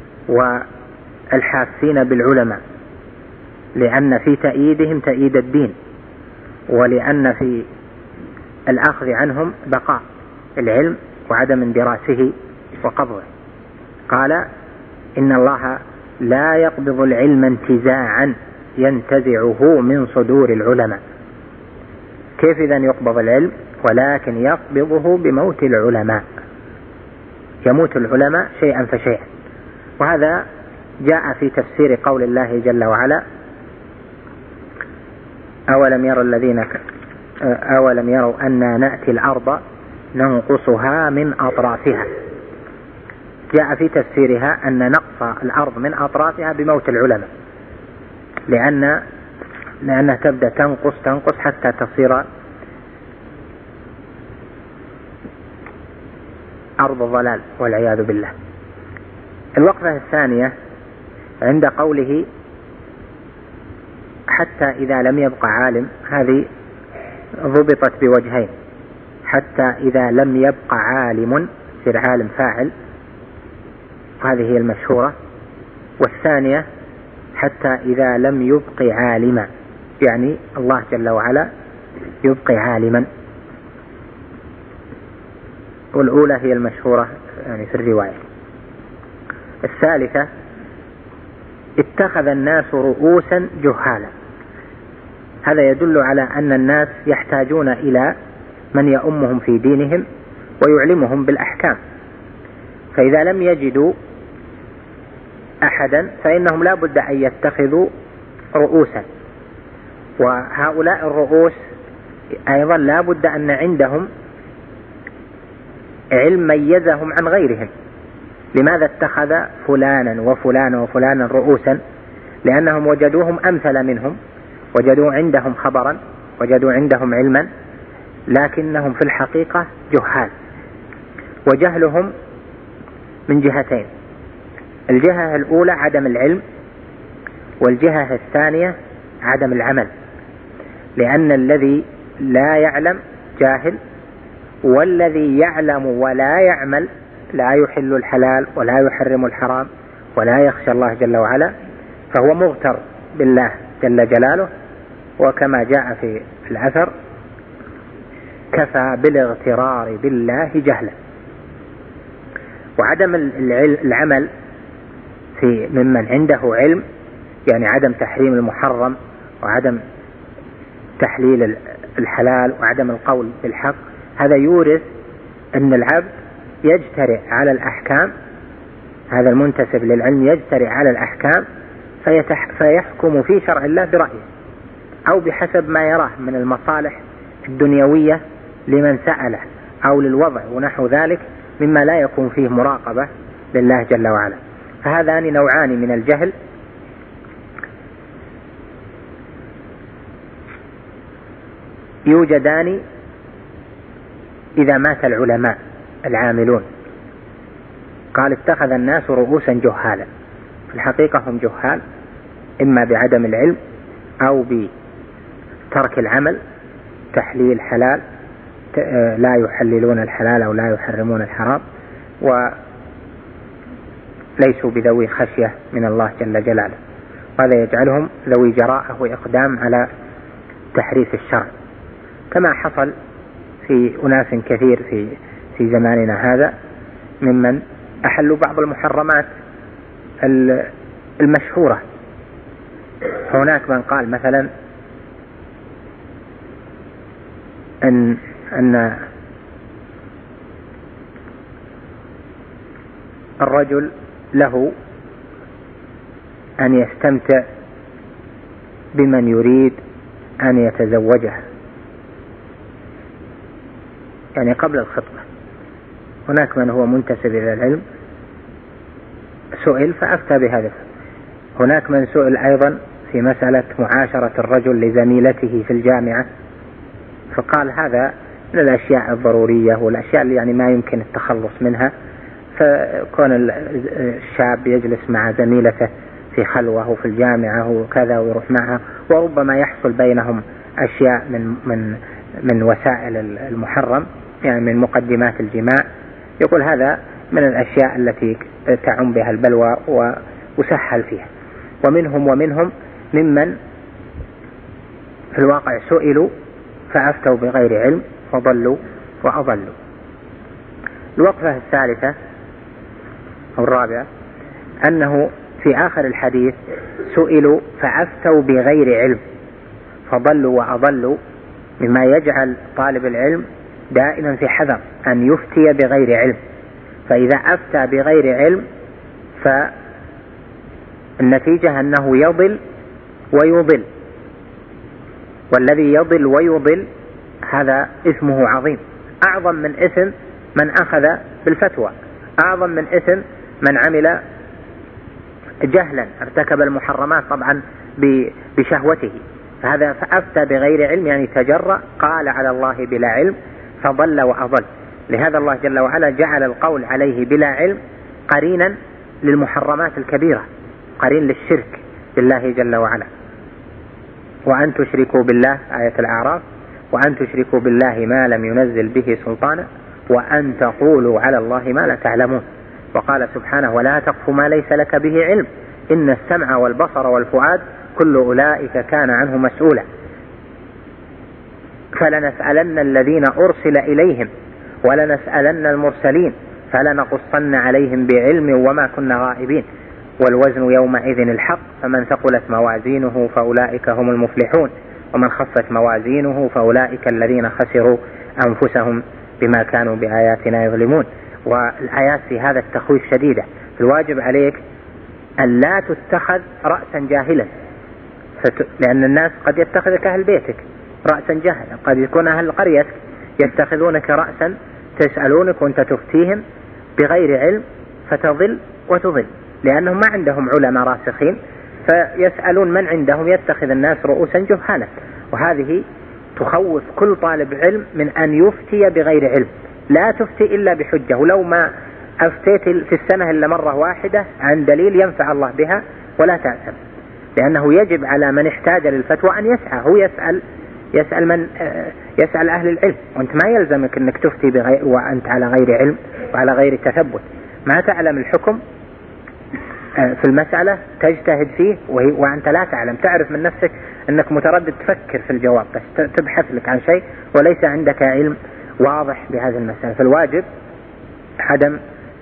والحافين بالعلماء، لأن في تأييدهم تأييد الدين، ولأن في الأخذ عنهم بقاء العلم وعدم اندراسه وقبضه. قال: إن الله لا يقبض العلم انتزاعا ينتزعه من صدور العلماء. كيف إذن يقبض العلم؟ ولكن يقبضه بموت العلماء، يموت العلماء شيئا فشيئا. وهذا جاء في تفسير قول الله جل وعلا: أولم يروا الذين أولم يروا أنا نأتي الأرض ننقصها من أطرافها. جاء في تفسيرها أن نقص الأرض من أطرافها بموت العلماء، لأن لأنها تبدأ تنقص تنقص حتى تصير أرض ضلال والعياذ بالله. الوقفة الثانية عند قوله: حتى إذا لم يبقى عالم، هذه ضبطت بوجهين: حتى إذا لم يبقى عالم يصير عالم فاعل، وهذه هي المشهورة. والثانية حتى إذا لم يبقى عالما، يعني الله جل وعلا يبقي عالما. والأولى هي المشهورة يعني في الرواية. الثالثة: اتخذ الناس رؤوسا جهالا. هذا يدل على أن الناس يحتاجون إلى من يؤمهم في دينهم ويعلمهم بالأحكام، فإذا لم يجدوا أحدا فإنهم لا بد أن يتخذوا رؤوسا، وهؤلاء الرؤوس أيضا لا بد أن عندهم علم ميزهم عن غيرهم. لماذا اتخذ فلانا وفلانا وفلانا رؤوسا؟ لأنهم وجدوهم أمثل منهم، وجدوا عندهم خبرا، وجدوا عندهم علما، لكنهم في الحقيقة جهال. وجهلهم من جهتين: الجهة الأولى عدم العلم، والجهة الثانية عدم العمل، لأن الذي لا يعلم جاهل، والذي يعلم ولا يعمل لا يحل الحلال ولا يحرم الحرام ولا يخشى الله جل وعلا، فهو مغتر بالله جل جلاله. وكما جاء في الأثر: كفى بالاغترار بالله جهلا. وعدم العمل في ممن عنده علم، يعني عدم تحريم المحرم وعدم تحليل الحلال وعدم القول بالحق، هذا يورث أن العبد يجترئ على الأحكام، هذا المنتسب للعلم يجترئ على الأحكام فيتح فيحكم في شرع الله برأيه أو بحسب ما يراه من المصالح الدنيوية لمن سأله أو للوضع ونحو ذلك، مما لا يكون فيه مراقبة لله جل وعلا. فهذان نوعان من الجهل: يوجدان إذا مات العلماء العاملون. قال: اتخذ الناس رؤوسا جهالا. في الحقيقة هم جهال، إما بعدم العلم أو بترك العمل، تحليل حلال، لا يحللون الحلال أو لا يحرمون الحرام، وليسوا بذوي خشية من الله جل جلاله. وهذا يجعلهم ذوي جراءة وإقدام على تحريف الشرع، كما حصل في أناس كثير في في زماننا هذا ممن أحلوا بعض المحرمات المشهورة. هناك من قال مثلا أن أن الرجل له أن يستمتع بمن يريد أن يتزوجها، يعني قبل الخطبة. هناك من هو منتسب إلى العلم سئل فأفتى بهذا. هناك من سئل أيضا في مسألة معاشرة الرجل لزميلته في الجامعة، فقال هذا من الأشياء الضرورية والأشياء اللي يعني ما يمكن التخلص منها، فكون الشاب يجلس مع زميلته في خلوة في الجامعة وكذا ويروح معها، وربما يحصل بينهم أشياء من من من وسائل المحرم، يعني من مقدمات الجماع. يقول هذا من الأشياء التي تعم بها البلوى وسهل فيها. ومنهم ومنهم ممن في الواقع سئلوا فأفتوا بغير علم وضلوا وأضلوا. الوقفة الثالثة أو الرابعة أنه في آخر الحديث سئلوا فأفتوا بغير علم فضلوا وأضلوا، مما يجعل طالب العلم دائما في حذر أن يفتي بغير علم. فإذا أفتى بغير علم فالنتيجة أنه يضل ويضل، والذي يضل ويضل هذا اسمه عظيم، أعظم من اسم من أخذ بالفتوى، أعظم من اسم من عمل جهلا ارتكب المحرمات طبعا بشهوته. فهذا فأفتى بغير علم يعني تجرأ، قال على الله بلا علم فضل وأضل. لهذا الله جل وعلا جعل القول عليه بلا علم قرينا للمحرمات الكبيرة، قرين للشرك بالله جل وعلا. وأن تشركوا بالله آية الأعراف، وأن تشركوا بالله ما لم ينزل به سلطانا، وأن تقولوا على الله ما لا تعلمون. وقال سبحانه: ولا تقف ما ليس لك به علم إن السمع والبصر والفؤاد كل أولئك كان عنه مسؤولا. فلنسألن الذين أرسل إليهم ولنسألن المرسلين فلنقصن عليهم بعلم وما كنا غائبين والوزن يومئذ الحق فمن ثقلت موازينه فأولئك هم المفلحون ومن خفت موازينه فأولئك الذين خسروا أنفسهم بما كانوا بآياتنا يظلمون. والآيات في هذا التخويف شديدة. الواجب عليك أن لا تتخذ رأسا جاهلا، لأن الناس قد يتخذك أهل بيتك رأسا جاهلا، قد يكون أهل قريتك يتخذونك رأسا تسألونك وأنت تفتيهم بغير علم فتضل وتضل، لأنهم ما عندهم علماء راسخين فيسألون من عندهم، يتخذ الناس رؤوسا جهالا. وهذه تخوف كل طالب علم من أن يفتي بغير علم. لا تفتي إلا بحجة، ولو ما أفتيت في السنة إلا مرة واحدة عن دليل ينفع الله بها ولا تأسف، لأنه يجب على من احتاج للفتوى أن يسعى، هو يسأل يسأل من يسأل أهل العلم، وأنت ما يلزمك أنك تفتي بغير وأنت على غير علم وعلى غير تثبت، ما تعلم الحكم في المسألة تجتهد فيه وأنت لا تعلم، تعرف من نفسك أنك متردد تفكر في الجواب بس تبحث لك عن شيء وليس عندك علم واضح بهذه المسألة. فالواجب عدم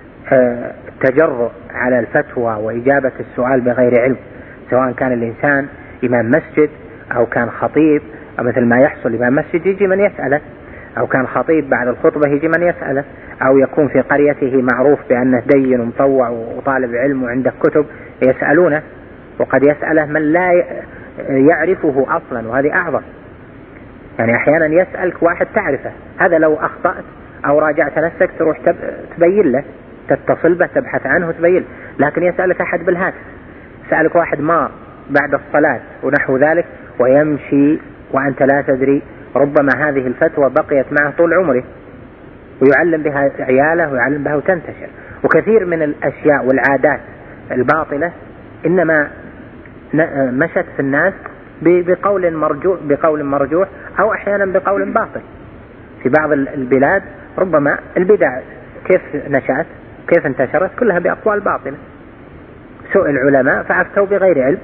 التجرؤ على الفتوى وإجابة السؤال بغير علم، سواء كان الإنسان إمام مسجد أو كان خطيب، أو مثل ما يحصل إمام مسجد يجي من يسأله، أو كان خطيب بعد الخطبة يجي من يسأله، أو يكون في قريته معروف بأنه دين ومطوع وطالب علم وعنده كتب يسألونه، وقد يسأله من لا يعرفه أصلا، وهذه أعظم. يعني أحيانا يسألك واحد تعرفه، هذا لو أخطأت أو راجعت نفسك تروح تبين له، تتصل به تبحث عنه تبين، لكن يسألك أحد بالهاتف، سألك واحد ما بعد الصلاة ونحو ذلك ويمشي وأنت لا تدري، ربما هذه الفتوى بقيت معه طول عمره ويعلم بها عياله ويعلم بها وتنتشر. وكثير من الأشياء والعادات الباطلة إنما مشت في الناس بقول مرجوح بقول مرجوح أو أحيانا بقول باطل. في بعض البلاد ربما البدع كيف نشأت كيف انتشرت كلها بأقوال باطلة، سوء العلماء فأفتوا بغير علم،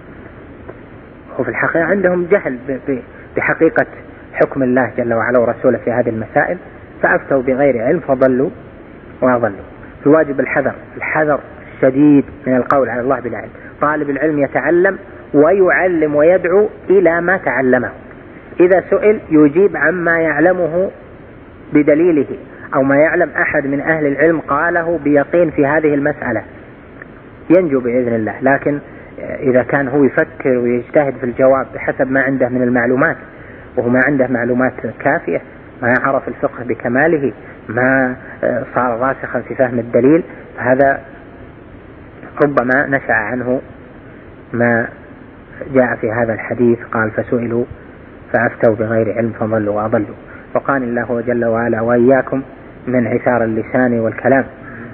وفي الحقيقة عندهم جهل بحقيقة حكم الله جل وعلا ورسوله في هذه المسائل، فأفتوا بغير علم فضلوا وأضلوا. الواجب الحذر الحذر الشديد من القول على الله بلا علم. طالب العلم يتعلم ويعلم ويدعو إلى ما تعلمه، إذا سئل يجيب عما يعلمه بدليله أو ما يعلم أحد من أهل العلم قاله بيقين في هذه المسألة ينجو بإذن الله. لكن إذا كان هو يفكر ويجتهد في الجواب بحسب ما عنده من المعلومات وهو ما عنده معلومات كافية، ما عرف الفقه بكماله، ما صار راسخا في فهم الدليل، فهذا ربما نشأ عنه ما جاء في هذا الحديث، قال فسئلوا فأفتوا بغير علم فضلوا وأضلوا. وقال الله جل وعلا وإياكم من عثار اللسان والكلام.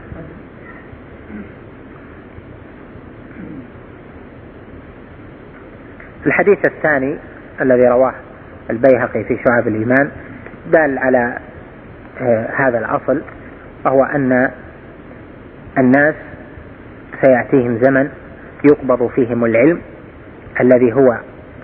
الحديث الثاني الذي رواه البيهقي في شعب الإيمان دال على آه هذا الأصل، وهو أن الناس سيأتيهم زمن يقبض فيهم العلم الذي هو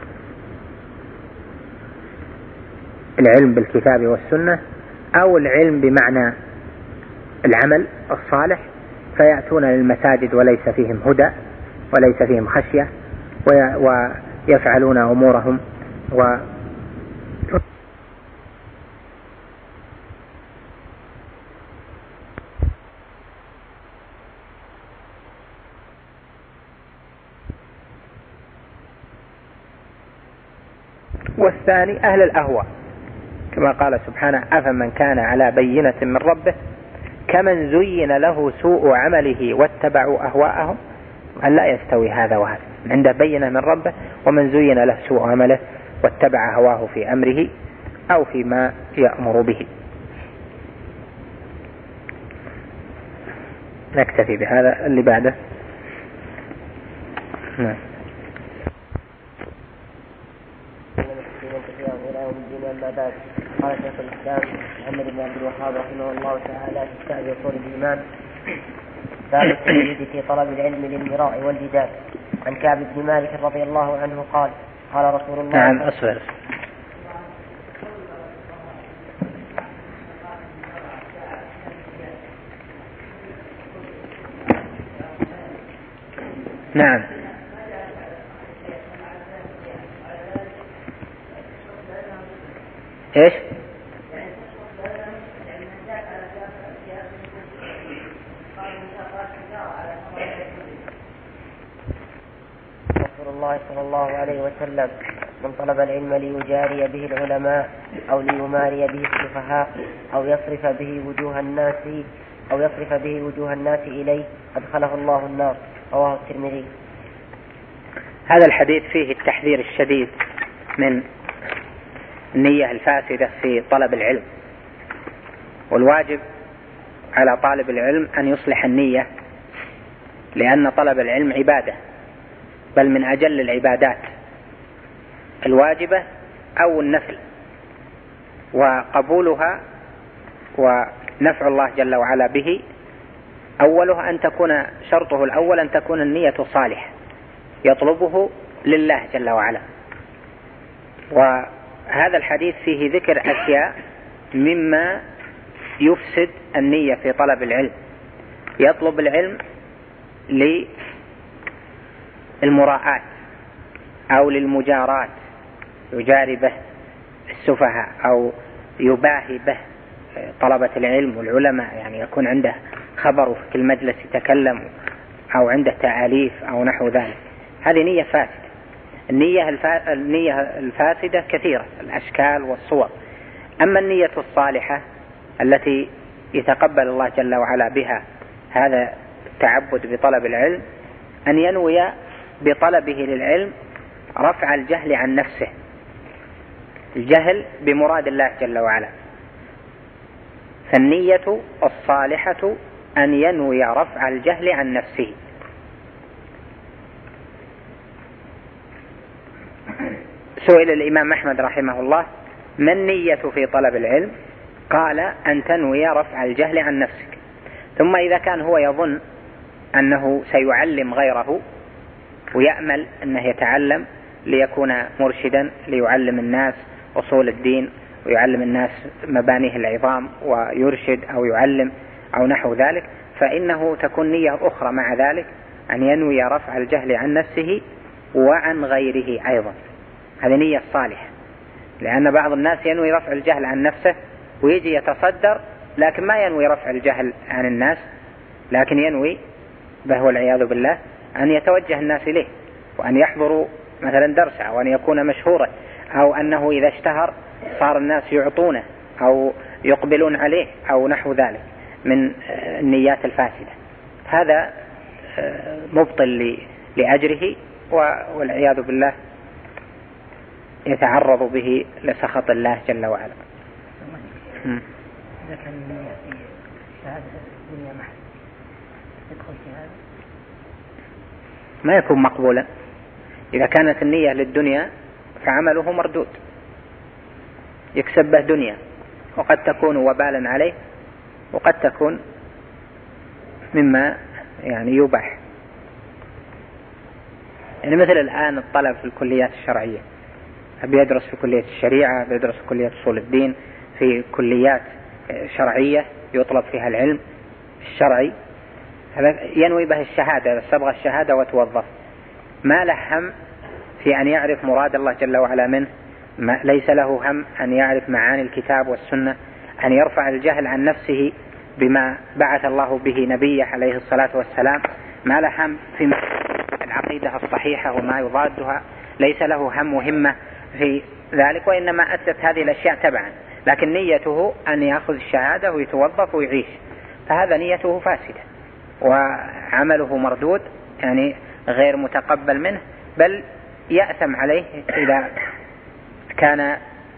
العلم بالكتاب والسنة أو العلم بمعنى العمل الصالح، فيأتون للمساجد وليس فيهم هدى وليس فيهم خشية ويفعلون أمورهم و والثاني أهل الأهواء، كما قال سبحانه أفمن كان على بينة من ربه كمن زين له سوء عمله واتبعوا أهواءهم، أن لا يستوي هذا وهذا، عنده بينة من ربه ومن زين له سوء عمله واتبع هواه في أمره أو فيما يأمر به. نكتفي بهذا، اللي بعده نعم. قال شيخ الإسلام محمد بن عبد الوهاب رحمه الله تعالى في كتاب أصول الإيمان باب التجديد في طلب العلم للمراء والجدال. عن كعب بن مالك رضي الله عنه قال قال رسول الله نعم أصبر نعم ايش صلى الله عليه وسلم: من طلب العلم ليجاري به العلماء أو ليماري به السفهاء أو يصرف به وجوه الناس أو يصرف به وجوه الناس إليه أدخله الله النار. رواه الترمذي. هذا الحديث فيه التحذير الشديد من النية الفاسدة في طلب العلم، والواجب على طالب العلم أن يصلح النية، لأن طلب العلم عبادة، بل من أجل العبادات الواجبة أو النفل، وقبولها ونفع الله جل وعلا به أولها أن تكون شرطه الأول أن تكون النية صالحة يطلبه لله جل وعلا. وهذا الحديث فيه ذكر أشياء مما يفسد النية في طلب العلم. يطلب العلم للمراءات أو للمجارات، يجاري به السفهاء أو يباهي به طلبة العلم والعلماء، يعني يكون عنده خبر في المجلس يتكلم أو عنده تأليف أو نحو ذلك. هذه نية فاسدة. النية, الفا... النية الفاسدة كثيرة الأشكال والصور. أما النية الصالحة التي يتقبل الله جل وعلا بها هذا التعبد بطلب العلم، أن ينوي بطلبه للعلم رفع الجهل عن نفسه، الجهل بمراد الله جل وعلا. فالنية الصالحة أن ينوي رفع الجهل عن نفسه. سئل الإمام أحمد رحمه الله: ما النية في طلب العلم؟ قال: أن تنوي رفع الجهل عن نفسك. ثم إذا كان هو يظن أنه سيعلم غيره ويأمل أنه يتعلم ليكون مرشدا ليعلم الناس أصول الدين ويعلم الناس مبانيه العظام ويرشد أو يعلم أو نحو ذلك، فإنه تكون نية أخرى مع ذلك أن ينوي رفع الجهل عن نفسه وعن غيره أيضا. هذه نية صالحة، لأن بعض الناس ينوي رفع الجهل عن نفسه ويجي يتصدر لكن ما ينوي رفع الجهل عن الناس، لكن ينوي به والعياذ بالله أن يتوجه الناس إليه وأن يحضروا مثلا درسه وأن يكون مشهورا، أو أنه إذا اشتهر صار الناس يعطونه أو يقبلون عليه أو نحو ذلك من النيات الفاسدة. هذا مبطل لأجره والعياذ بالله يتعرض به لسخط الله جل وعلا. إذا كان النية في شهادة الدنيا محل يدخل في هذا؟ ما يكون مقبولا. إذا كانت النية للدنيا فعمله مردود، يكسب به دنيا، وقد تكون وبالا عليه وقد تكون مما يعني يباح. يعني مثل الآن الطلب في الكليات الشرعية، بيدرس في كلية الشريعة، بيدرس في كلية أصول الدين، في كليات شرعية يطلب فيها العلم الشرعي، هذا ينوي به الشهادة، استبغى الشهادة وتوظف، ما له هم في أن يعرف مراد الله جل وعلا منه، ما ليس له هم أن يعرف معاني الكتاب والسنة، أن يرفع الجهل عن نفسه بما بعث الله به نبيه عليه الصلاة والسلام، ما له هم في العقيدة الصحيحة وما يضادها، ليس له هم وهمة في ذلك، وإنما أتت هذه الأشياء تبعا، لكن نيته أن يأخذ الشهادة ويتوظف ويعيش، فهذا نيته فاسدة وعمله مردود، يعني غير متقبل منه، بل يأثم عليه إذا كان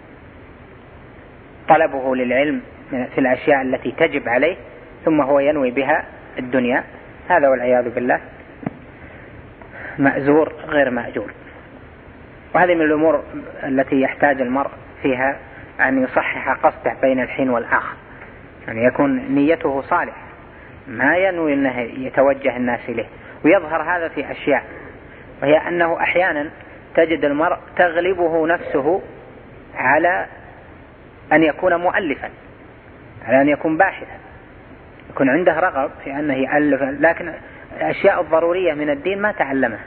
طلبه للعلم في الأشياء التي تجب عليه ثم هو ينوي بها الدنيا، هذا والعياذ بالله مأزور غير مأجور. وهذه من الأمور التي يحتاج المرء فيها أن يصحح قصده بين الحين والآخر، يعني يكون نيته صالح، ما ينوي أنه يتوجه الناس إليه. ويظهر هذا في أشياء، وهي أنه أحيانا تجد المرء تغلبه نفسه على أن يكون مؤلفا، على أن يكون باحثا، يكون عنده رغب في أنه يألف، لكن الأشياء الضرورية من الدين ما تعلمها،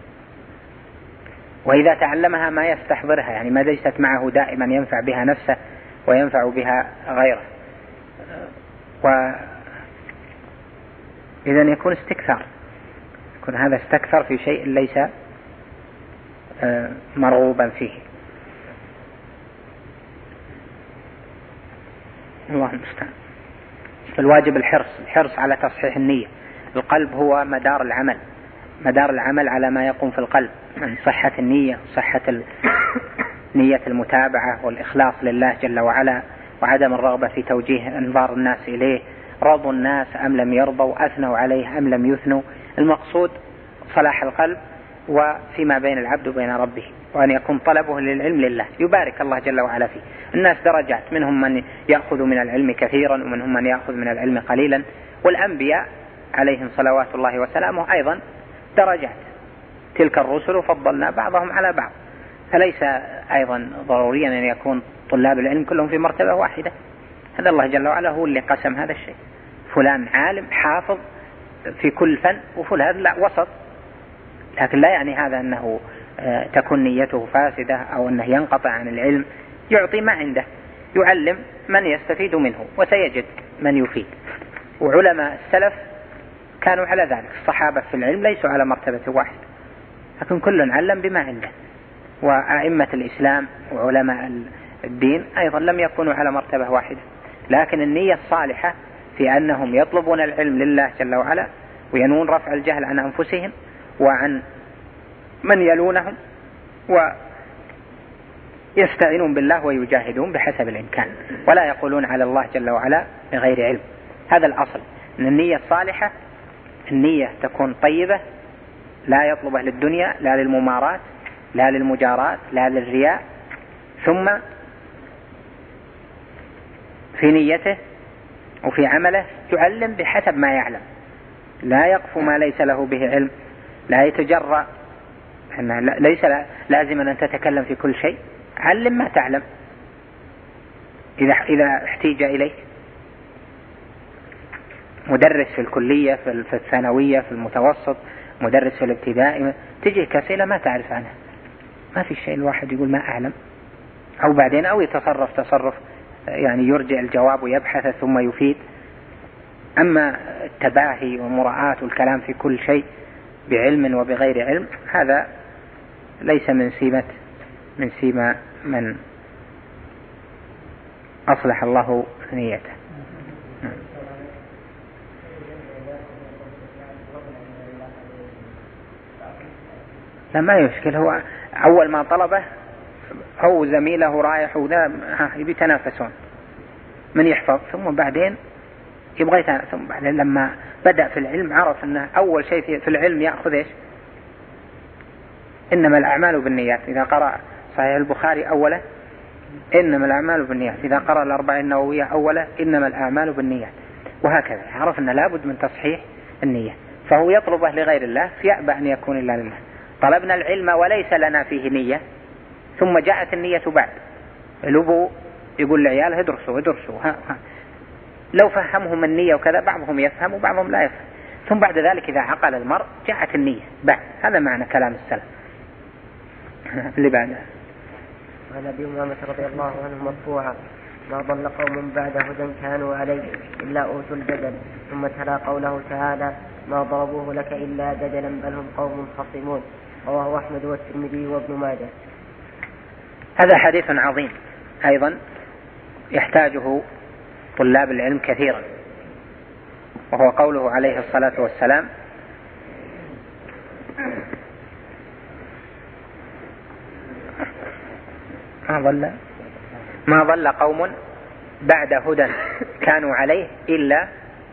وإذا تعلمها ما يستحضرها، يعني ما ليست معه دائما ينفع بها نفسه وينفع بها غيره، وإذا يكون استكثار، يكون هذا استكثر في شيء ليس مرغوبا فيه. الله المستعان. فالواجب الحرص الحرص على تصحيح النية. القلب هو مدار العمل، مدار العمل على ما يقوم في القلب من صحة النية، صحة نية المتابعة والإخلاص لله جل وعلا، وعدم الرغبة في توجيه أنظار الناس إليه، رضوا الناس أم لم يرضوا، أثنوا عليه أم لم يثنوا. المقصود صلاح القلب وفيما بين العبد وبين ربه، وأن يكون طلبه للعلم لله يبارك الله جل وعلا فيه. الناس درجات، منهم من يأخذ من العلم كثيرا ومنهم من يأخذ من العلم قليلا، والأنبياء عليهم صلوات الله وسلامه أيضا درجات، تلك الرسل فضلنا بعضهم على بعض، فليس أيضا ضروريا أن يكون طلاب العلم كلهم في مرتبة واحدة. هذا الله جل وعلا هو اللي قسم هذا الشيء، فلان عالم حافظ في كل فن وفلان لا وسط، لكن لا يعني هذا أنه تكون نيته فاسدة أو أنه ينقطع عن العلم. يعطي ما عنده، يعلم من يستفيد منه وسيجد من يفيد. وعلماء السلف كانوا على ذلك، الصحابة في العلم ليسوا على مرتبة واحدة، لكن كل علم بما عنده. وأئمة الإسلام وعلماء الدين أيضا لم يكونوا على مرتبة واحدة، لكن النية الصالحة في أنهم يطلبون العلم لله جل وعلا وينون رفع الجهل عن أنفسهم وعن من يلونهم، ويستعينون بالله ويجاهدون بحسب الإمكان، ولا يقولون على الله جل وعلا بغير علم. هذا الأصل، أن النية الصالحة النية تكون طيبة، لا يطلبه للدنيا لا للممارات لا للمجارات لا للرياء. ثم في نيته وفي عمله يعلم بحسب ما يعلم، لا يقف ما ليس له به علم، لا يتجرأ، ليس لازما أن تتكلم في كل شيء، علم ما تعلم إذا إذا احتيج إليه. مدرس في الكلية في الثانوية في المتوسط، مدرس في الابتدائي، تجي كسيلة ما تعرف عنها، ما في شيء الواحد يقول ما أعلم، أو بعدين أو يتصرف تصرف يعني يرجع الجواب ويبحث ثم يفيد. أما التباهي ومراءات والكلام في كل شيء بعلم وبغير علم، هذا ليس من سمة من سمة من أصلح الله نيته. لا ما يشكل، هو أول ما طلبه هو زميله رايح وذا يبي يتنافسون من يحفظ، ثم بعدين يبغى يتنافس، ثم بعدين لما بدأ في العلم عرف أنه أول شيء في العلم يأخذ إيش؟ إنما الأعمال بالنيات. إذا قرأ صحيح البخاري أولا إنما الأعمال بالنيات، إذا قرأ الأربعين النووية أولا إنما الأعمال بالنيات، وهكذا. عرف أنه لابد من تصحيح النية، فهو يطلبه لغير الله فيأبى أن يكون إلا لله. طلبنا العلم وليس لنا فيه نية، ثم جاءت النية بعد. الأبو يقول لعياله ادرسوا ادرسوا ها ها. لو فهمهم النية وكذا، بعضهم يفهم وبعضهم لا يفهم، ثم بعد ذلك إذا عقل المرء جاءت النية بعد. هذا معنى كلام السلف. اللي بعده عن أبي أمامة رضي الله عنه مرفوعا: ما ضل قوم بعد هدى كانوا عليه إلا أوتوا الجدل. ثم تلا قوله تعالى: ما ضربوه لك إلا جدلا بل هم قوم خصمون. رواه أحمد والترمذي وابن ماجه. هذا حديث عظيم أيضا يحتاجه طلاب العلم كثيرا، وهو قوله عليه الصلاة والسلام: ما ضل ما ضل قوم بعد هدى كانوا عليه إلا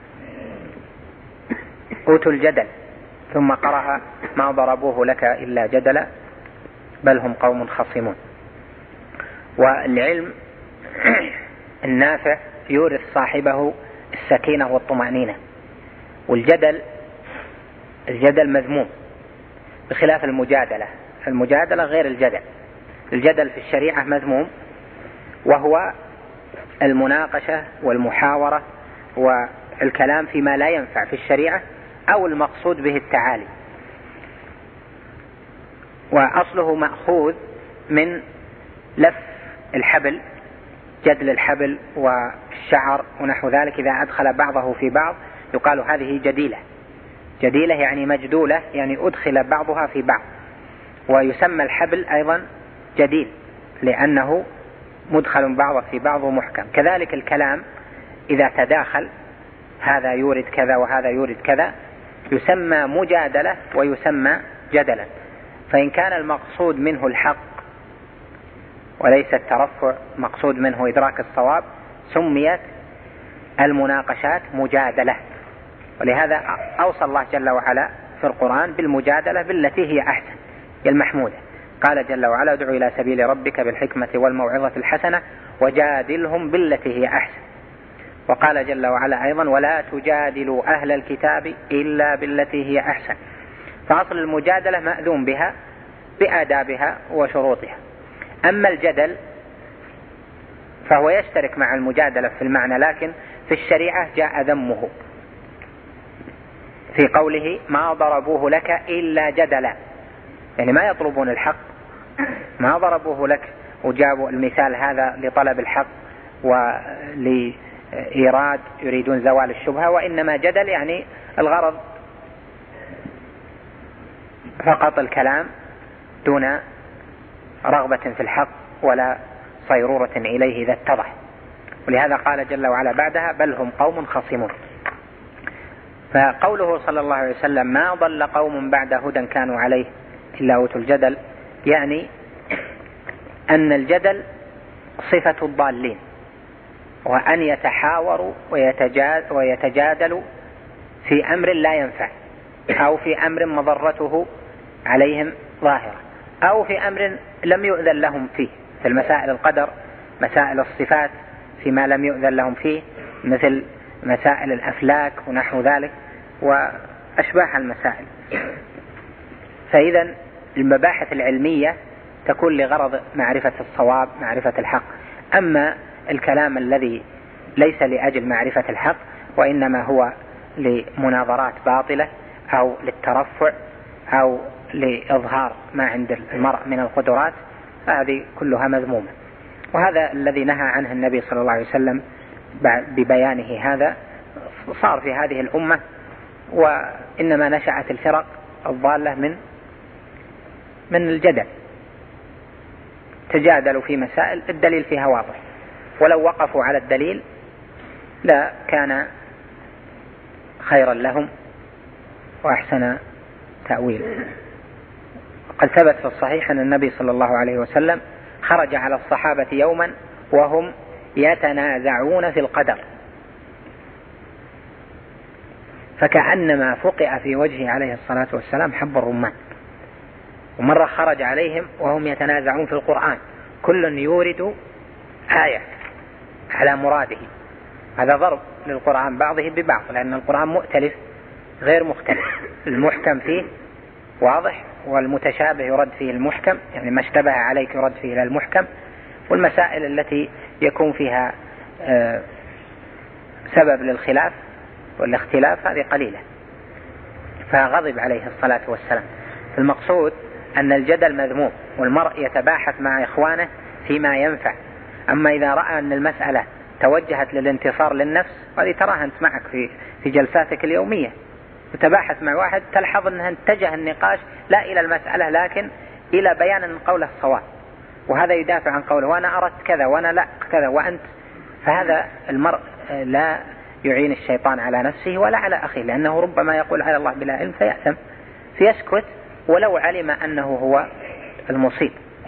أوتوا الجدل. ثم قرأ: ما ضربوه لك إلا جدلا بل هم قوم خصمون. والعلم النافع يورث صاحبه السكينة والطمأنينة، والجدل الجدل مذموم بخلاف المجادلة. المجادلة غير الجدل. الجدل في الشريعة مذموم، وهو المناقشة والمحاورة والكلام فيما لا ينفع في الشريعة أو المقصود به التعالي، وأصله مأخوذ من لف الحبل، جدل الحبل والشعر ونحو ذلك. إذا أدخل بعضه في بعض يقال هذه جديلة. جديلة يعني مجدولة، يعني أدخل بعضها في بعض. ويسمى الحبل أيضا جديل لأنه مدخل بعضه في بعض ومحكم. كذلك الكلام إذا تداخل هذا يورد كذا وهذا يورد كذا يسمى مجادلة ويسمى جدلا. فإن كان المقصود منه الحق وليس الترفع، مقصود منه إدراك الصواب، سميت المناقشات مجادلة. ولهذا أوصى الله جل وعلا في القرآن بالمجادلة بالتي هي أحسن، هي المحمودة. قال جل وعلا: ادع إلى سبيل ربك بالحكمة والموعظة الحسنة وجادلهم بالتي هي أحسن. وقال جل وعلا أيضا: ولا تجادلوا أهل الكتاب إلا بالتي هي أحسن. فأصل المجادلة مأذون بها بآدابها وشروطها. أما الجدل فهو يشترك مع المجادلة في المعنى، لكن في الشريعة جاء ذمه في قوله: ما ضربوه لك إلا جدلا، يعني ما يطلبون الحق، ما ضربوه لك. وجابوا المثال هذا لطلب الحق ولإيراد يريدون زوال الشبهة، وإنما جدل يعني الغرض فقط الكلام دون رغبة في الحق ولا صيرورة إليه إذا اتضح. ولهذا قال جل وعلا بعدها: بل هم قوم خصمون. فقوله صلى الله عليه وسلم: ما ضل قوم بعد هدى كانوا عليه إلا أوتوا الجدل، يعني أن الجدل صفة الضالين، وأن يتحاوروا ويتجادلوا في أمر لا ينفع، أو في أمر مضرته عليهم ظاهرة، أو في أمر لم يؤذن لهم فيه، في المسائل القدر، مسائل الصفات فيما لم يؤذن لهم فيه، مثل مسائل الأفلاك ونحو ذلك وأشباه المسائل. فإذا المباحث العلمية تكون لغرض معرفة الصواب، معرفة الحق. أما الكلام الذي ليس لأجل معرفة الحق وإنما هو لمناظرات باطلة أو للترفع أو لإظهار ما عند المرء من القدرات، هذه كلها مذمومة. وهذا الذي نهى عنه النبي صلى الله عليه وسلم ببيانه هذا صار في هذه الأمة، وإنما نشأت الفرق الضالة من من الجدل، تجادلوا في مسائل الدليل فيها واضح، ولو وقفوا على الدليل لا كان خيرا لهم وأحسن تأويل. قد ثبت في الصحيح أن النبي صلى الله عليه وسلم خرج على الصحابة يوما وهم يتنازعون في القدر، فكأنما فقع في وجهه عليه الصلاة والسلام حب الرمان. ومرة خرج عليهم وهم يتنازعون في القرآن، كل يورد آية على مراده، هذا ضرب للقرآن بعضه ببعض، لأن القرآن مؤتلف غير مختلف، المحكم فيه واضح والمتشابه يرد فيه المحكم، يعني ما اشتبه عليك يرد فيه إلى المحكم، والمسائل التي يكون فيها سبب للخلاف والاختلاف هذه قليلة. فغضب عليه الصلاة والسلام. المقصود أن الجدل مذموم، والمرء يتباحث مع إخوانه فيما ينفع. أما إذا رأى أن المسألة توجهت للانتصار للنفس، هذه تراها أنت معك في في جلساتك اليومية، تتباحث مع واحد تلحظ أنها اتجه النقاش لا إلى المسألة لكن إلى بيان أن قوله الصواب، وهذا يدافع عن قوله وأنا أردت كذا وأنا لا كذا وأنت. فهذا المرء لا يعين الشيطان على نفسه ولا على أخيه، لأنه ربما يقول على الله بلا علم فيأثم، فيسكت ولو علم أنه هو المصيب،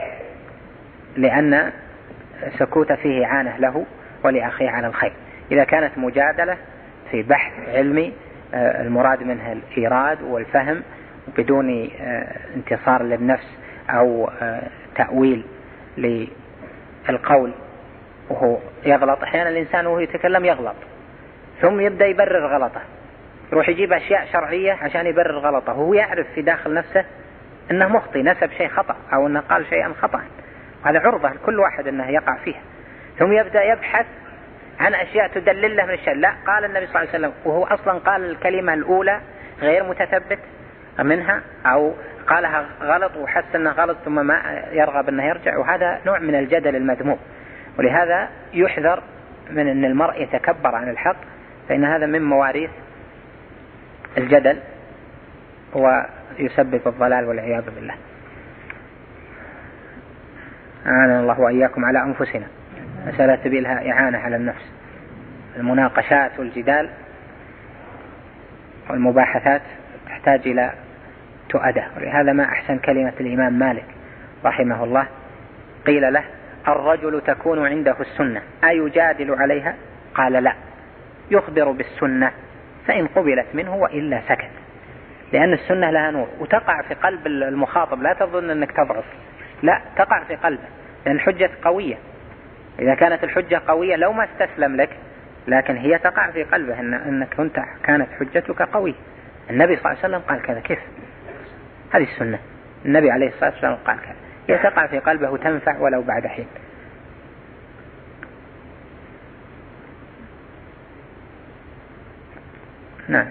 لأن سكوت فيه عانه له ولأخيه على الخير. إذا كانت مجادلة في بحث علمي المراد منها الإيراد والفهم بدون انتصار للنفس أو تأويل للقول، وهو يغلط أحيانا الإنسان وهو يتكلم يغلط ثم يبدأ يبرر غلطه، يروح يجيب أشياء شرعية عشان يبرر غلطه، وهو يعرف في داخل نفسه أنه مخطئ، نسب شيء خطأ أو أنه قال شيئا خطأ، هذا عرضة لكل واحد أنه يقع فيها. ثم يبدأ يبحث عن أشياء تدلل له من الشيء. لا، قال النبي صلى الله عليه وسلم، وهو أصلا قال الكلمة الأولى غير متثبت منها أو قالها غلط وحس أنه غلط ثم ما يرغب أنه يرجع، وهذا نوع من الجدل المذموم. ولهذا يحذر من أن المرء يتكبر عن الحق، فإن هذا من مواريث الجدل ويسبب الضلال والعياذ بالله. أعاننا الله وإياكم على أنفسنا. مسألة تبي لها إعانة على النفس. المناقشات والجدال والمباحثات تحتاج إلى تؤدة، ولهذا ما أحسن كلمة الإمام مالك رحمه الله، قيل له: الرجل تكون عنده السنة أيجادل عليها؟ قال: لا، يخبر بالسنة فإن قبلت منه وإلا سكت. لأن السنة لها نور وتقع في قلب المخاطب، لا تظن أنك تضعف، لا، تقع في قلبه، لأن الحجة قوية. إذا كانت الحجة قوية لو ما استسلم لك، لكن هي تقع في قلبه إن أنك كنت كانت حجتك قوية. النبي صلى الله عليه وسلم قال كذا، كيف؟ هذه السنة، النبي عليه الصلاة والسلام قال كذا، هي تقع في قلبه وتنفع ولو بعد حين. نعم.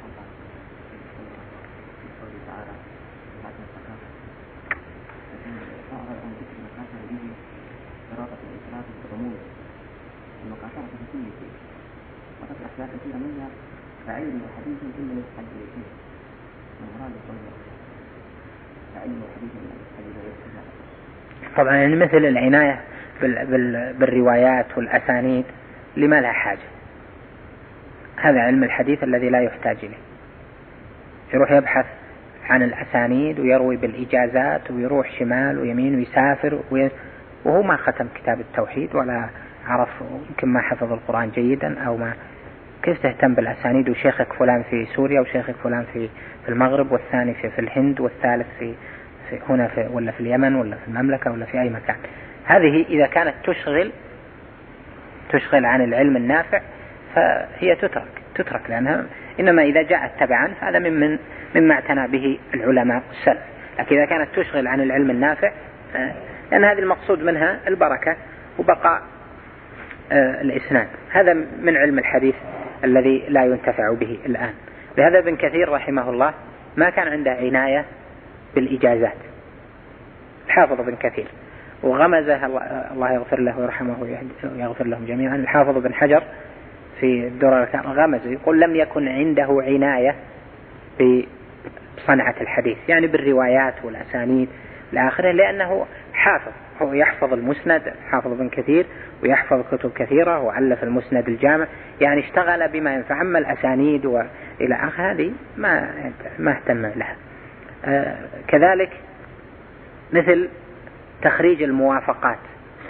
طبعا يعني مثل العناية بال بال بالروايات والأسانيد لما لا حاجة، هذا علم الحديث الذي لا يحتاج إليه. يروح يبحث عن الأسانيد ويروي بالإجازات ويروح شمال ويمين ويسافر وي... وهو ما ختم كتاب التوحيد ولا عرف، يمكن ما حفظ القرآن جيدا أو ما. كيف تهتم بالأسانيد وشيخك فلان في سوريا وشيخك فلان في في المغرب والثاني في في الهند والثالث في, في هنا في ولا في اليمن ولا في المملكة ولا في أي مكان؟ هذه إذا كانت تشغل تشغل عن العلم النافع فهي تترك تترك لأنها إنما إذا جاءت تبعا هذا ممن مما اعتنى به العلماء السلف. لكن إذا كانت تشغل عن العلم النافع، لأن هذه المقصود منها البركة وبقاء الإسناد، هذا من علم الحديث الذي لا ينتفع به الآن. لهذا ابن كثير رحمه الله ما كان عنده عناية بالإجازات، الحافظ ابن كثير، وغمزه الله يغفر له ويرحمه ويغفر لهم جميعا الحافظ ابن حجر في الدرر غمزه، يقول: لم يكن عنده عناية بصنعة الحديث، يعني بالروايات والأسانيد لآخره، لأنه حافظ، هو يحفظ المسند، حافظ ابن كثير، ويحفظ كتب كثيرة وألف المسند الجامع، يعني اشتغل بما ينفع. أما الأسانيد وإلى آخر هذه ما ما اهتم لها. آه كذلك مثل تخريج الموافقات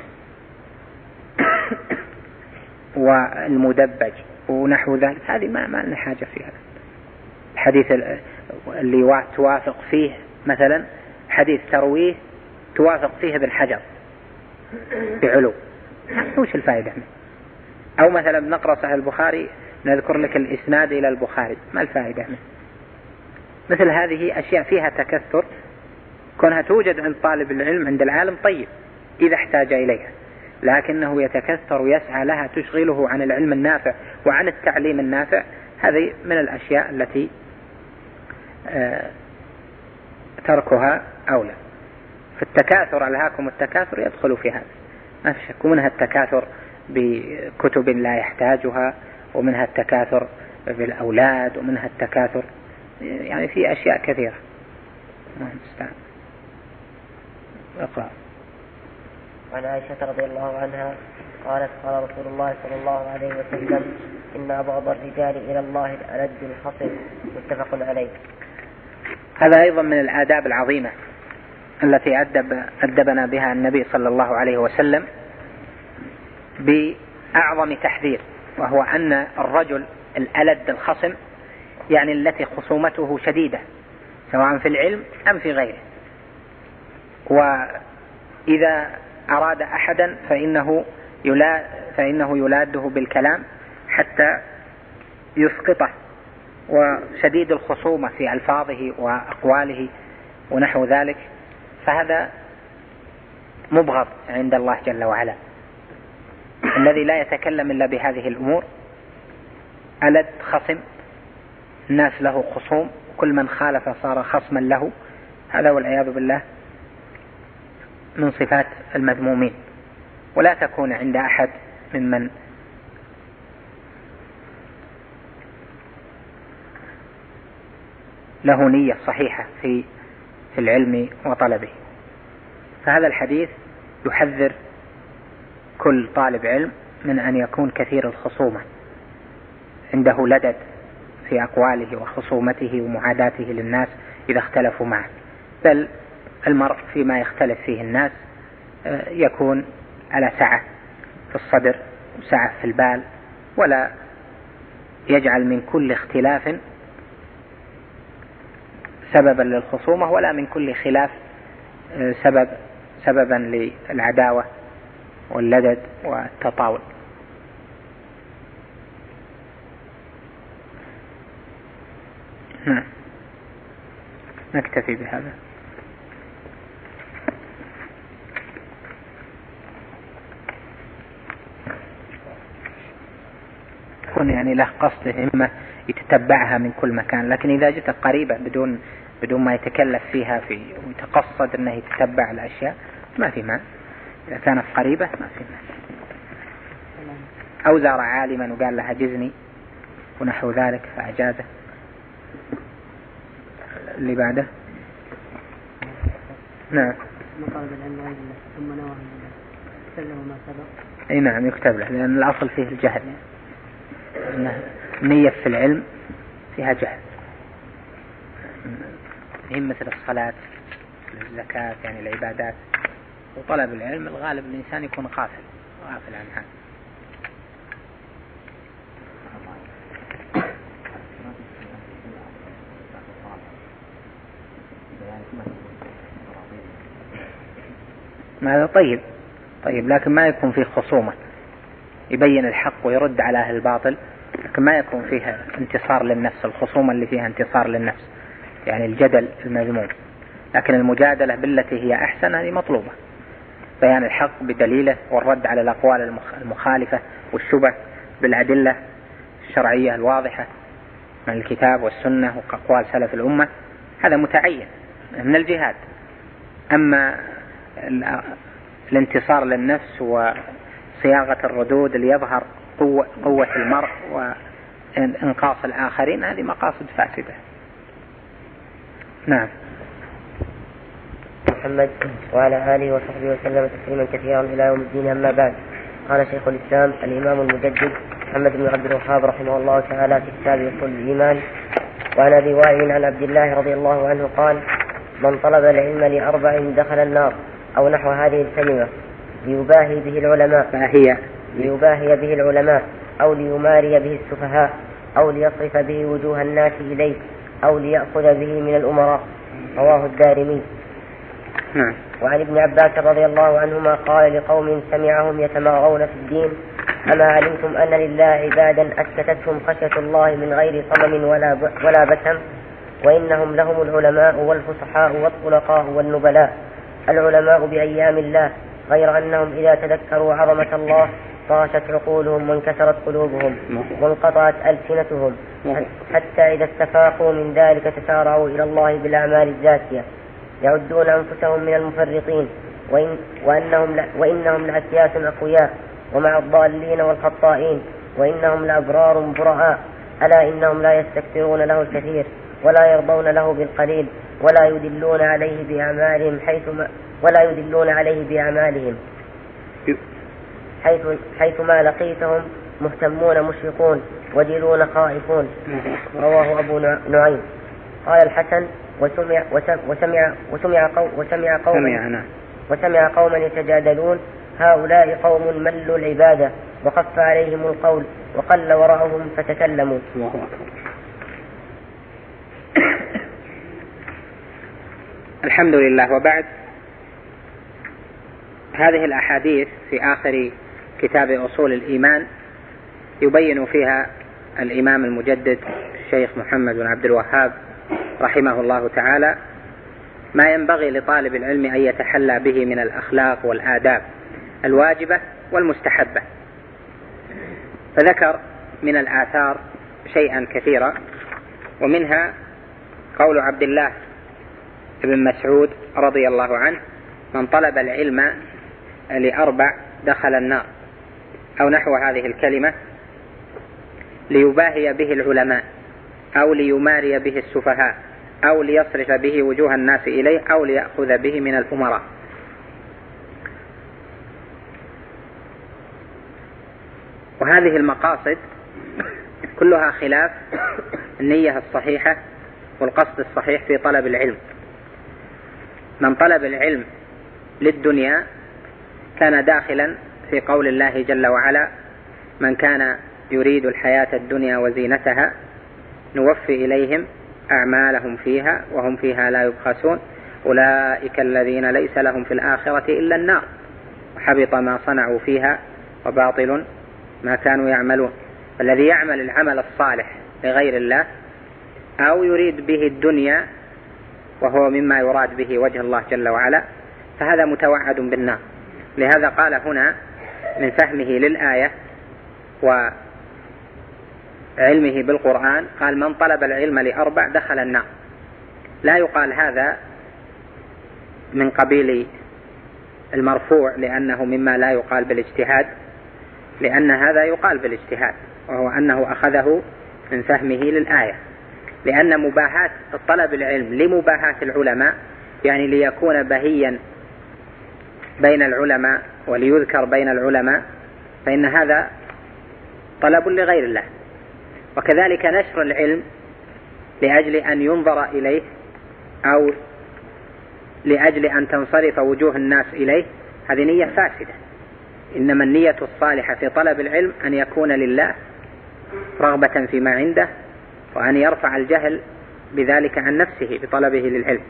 والمدبج ونحو ذلك، هذه ما ما لنا حاجة فيها. الحديث اللي توافق فيه مثلا حديث ترويه توافق فيه ابن حجر بعلو، وش الفائدة منه؟ أو مثلا بنقرأ صحيح البخاري نذكر لك الإسناد إلى البخاري، ما الفائدة منه؟ مثل هذه أشياء فيها تكثر، كونها توجد عند طالب العلم عند العالم طيب إذا احتاج إليها، لكنه يتكثر ويسعى لها تشغله عن العلم النافع وعن التعليم النافع، هذه من الأشياء التي آه تركها أولى. فالتكاثر ألهاكم التكاثر يدخل في هذا ما في شك، ومنها التكاثر بكتب لا يحتاجها، ومنها التكاثر بالأولاد، ومنها التكاثر يعني في أشياء كثيرة. ما نستعمل. اقرأ. عن عائشة رضي الله عنها قالت: قال رسول الله صلى الله عليه وسلم: إن أبغض الرجال إلى الله الألد الخصم. متفق عليه. هذا أيضا من الآداب العظيمة التي أدب أدبنا بها النبي صلى الله عليه وسلم بأعظم تحذير، وهو أن الرجل الألد الخصم يعني التي خصومته شديدة سواء في العلم أم في غيره، وإذا أراد أحدا فإنه يلا فإنه يلاده بالكلام حتى يسقطه، وشديد الخصومة في ألفاظه وأقواله ونحو ذلك، فهذا مبغض عند الله جل وعلا. الذي لا يتكلم إلا بهذه الأمور ألد خصم، الناس له خصوم، كل من خالف صار خصما له، هذا والعياذ بالله من صفات المذمومين. ولا تكون عند أحد ممن له نية صحيحة في في العلم وطلبه. فهذا الحديث يحذر كل طالب علم من أن يكون كثير الخصومة، عنده لدد في أقواله وخصومته ومعاداته للناس إذا اختلفوا معه، بل المرء فيما يختلف فيه الناس يكون على سعة في الصدر وسعة في البال، ولا يجعل من كل اختلاف سببا للخصومة، ولا من كل خلاف سبب سببا للعداوة واللدد والتطاول. نكتفي بهذا. يكون يعني له قصد إما يتتبعها من كل مكان، لكن إذا جت قريبة بدون بدون ما يتكلف فيها في ويتقصد أنه يتتبع الأشياء ما في معنى. إذا كانت قريبة ما في معنى. أو زار عالما وقال لها جزني ونحو ذلك فأجازه. اللي بعده نعم مقابل العلم غير الله ثم نواه سلم ما سبق. أي نعم يكتب له، لأن الأصل فيه الجهل، أنه نية في العلم فيها جهل، هي مثل الصلاة الزكاة يعني العبادات، وطلب العلم الغالب الإنسان يكون غافل غافل عنها. هذا طيب طيب لكن ما يكون فيه خصومة، يبين الحق ويرد على أهل الباطل، لكن ما يكون فيها انتصار للنفس، الخصومة اللي فيها انتصار للنفس يعني الجدل المذموم. لكن المجادلة بالتي هي أحسن هذه مطلوبة، بيان الحق بدليله والرد على الأقوال المخالفة والشبه بالأدلة الشرعية الواضحة من الكتاب والسنة وأقوال سلف الأمة، هذا متعين من الجهاد. أما الانتصار للنفس وصياغة الردود ليظهر قوة, قوة المرء وإنقاص الآخرين هذه مقاصد فاسدة. نعم. محمد وعلى آله وصحبه وسلم تسليما كثيرا إلى يوم الدين. أما بعد، قال شيخ الإسلام الإمام المجدد محمد بن عبد الوهاب رحمه الله تعالى في كتاب أصول الإيمان: وعن أبي وائل عن عبد الله رضي الله عنه قال: من طلب العلم لأربع دخل النار، أو نحو هذه الكلمة، ليباهي به العلماء فهي ليباهي به العلماء أو ليماري به السفهاء أو ليصرف به وجوه الناس إليه أو ليأخذ به من الأمراء. رواه الدارمي. نعم. وعن ابن عباس رضي الله عنهما قال لقوم سمعهم يتمارون في الدين: أما علمتم أن لله عبادا أسكتتهم خشية الله من غير صمم ولا ولا بسم، وإنهم لهم العلماء والفصحاء والطلقاء والنبلاء. العلماء بأيام الله، غير أنهم إذا تذكروا عظمة الله طاشت عقولهم وانكسرت قلوبهم وانقطعت ألسنتهم، حتى إذا استفاقوا من ذلك تسارعوا إلى الله بالأعمال الزاكية، يعدون أنفسهم من المفرطين، وإن وأنهم وإنهم لأكياس أقوياء ومع الضالين والخطائين، وإنهم لأبرار براء. ألا إنهم لا يستكثرون له الكثير ولا يرضون له بالقليل، ولا يدلون عليه بأعمالهم حيثما ولا يدلون عليه بأعمالهم حيث حيثما لقيتهم مهتمون مشفقون ودلون خائفون. رواه أبو نعيم. قال الحسن: وسمع وسمع وسمع قوم وسمع قوم وسمع قوما يتجادلون: هؤلاء قوم ملوا العبادة وخف عليهم القول وقل وراءهم فتكلموا. الحمد لله. وبعد، هذه الأحاديث في آخر كتاب أصول الإيمان يبين فيها الإمام المجدد الشيخ محمد بن عبد الوهاب رحمه الله تعالى ما ينبغي لطالب العلم أن يتحلى به من الأخلاق والآداب الواجبة والمستحبة. فذكر من الآثار شيئا كثيرا، ومنها قول عبد الله بن مسعود رضي الله عنه: من طلب العلم لأربع دخل النار، أو نحو هذه الكلمة: ليباهي به العلماء أو ليماري به السفهاء أو ليصرف به وجوه الناس إليه أو ليأخذ به من الأمراء. وهذه المقاصد كلها خلاف النية الصحيحة والقصد الصحيح في طلب العلم. من طلب العلم للدنيا كان داخلا في قول الله جل وعلا: من كان يريد الحياة الدنيا وزينتها نوفي إليهم أعمالهم فيها وهم فيها لا يبخسون أولئك الذين ليس لهم في الآخرة إلا النار وحبط ما صنعوا فيها وباطل ما كانوا يعملون. الذي يعمل العمل الصالح لغير الله أو يريد به الدنيا وهو مما يراد به وجه الله جل وعلا فهذا متوعد بالنار. لهذا قال هنا من فهمه للآية وعلمه بالقرآن قال: من طلب العلم لأربع دخل النار. لا يقال هذا من قبيل المرفوع لأنه مما لا يقال بالاجتهاد، لأن هذا يقال بالاجتهاد، وهو أنه أخذه من فهمه للآية، لأن مباهاة الطلب العلم لمباهاة العلماء يعني ليكون بهيا بين العلماء وليذكر بين العلماء، فإن هذا طلب لغير الله. وكذلك نشر العلم لأجل أن ينظر إليه أو لأجل أن تنصرف وجوه الناس إليه، هذه نية فاسدة. إنما النية الصالحة في طلب العلم أن يكون لله رغبة فيما عنده، وأن يرفع الجهل بذلك عن نفسه بطلبه للعلم.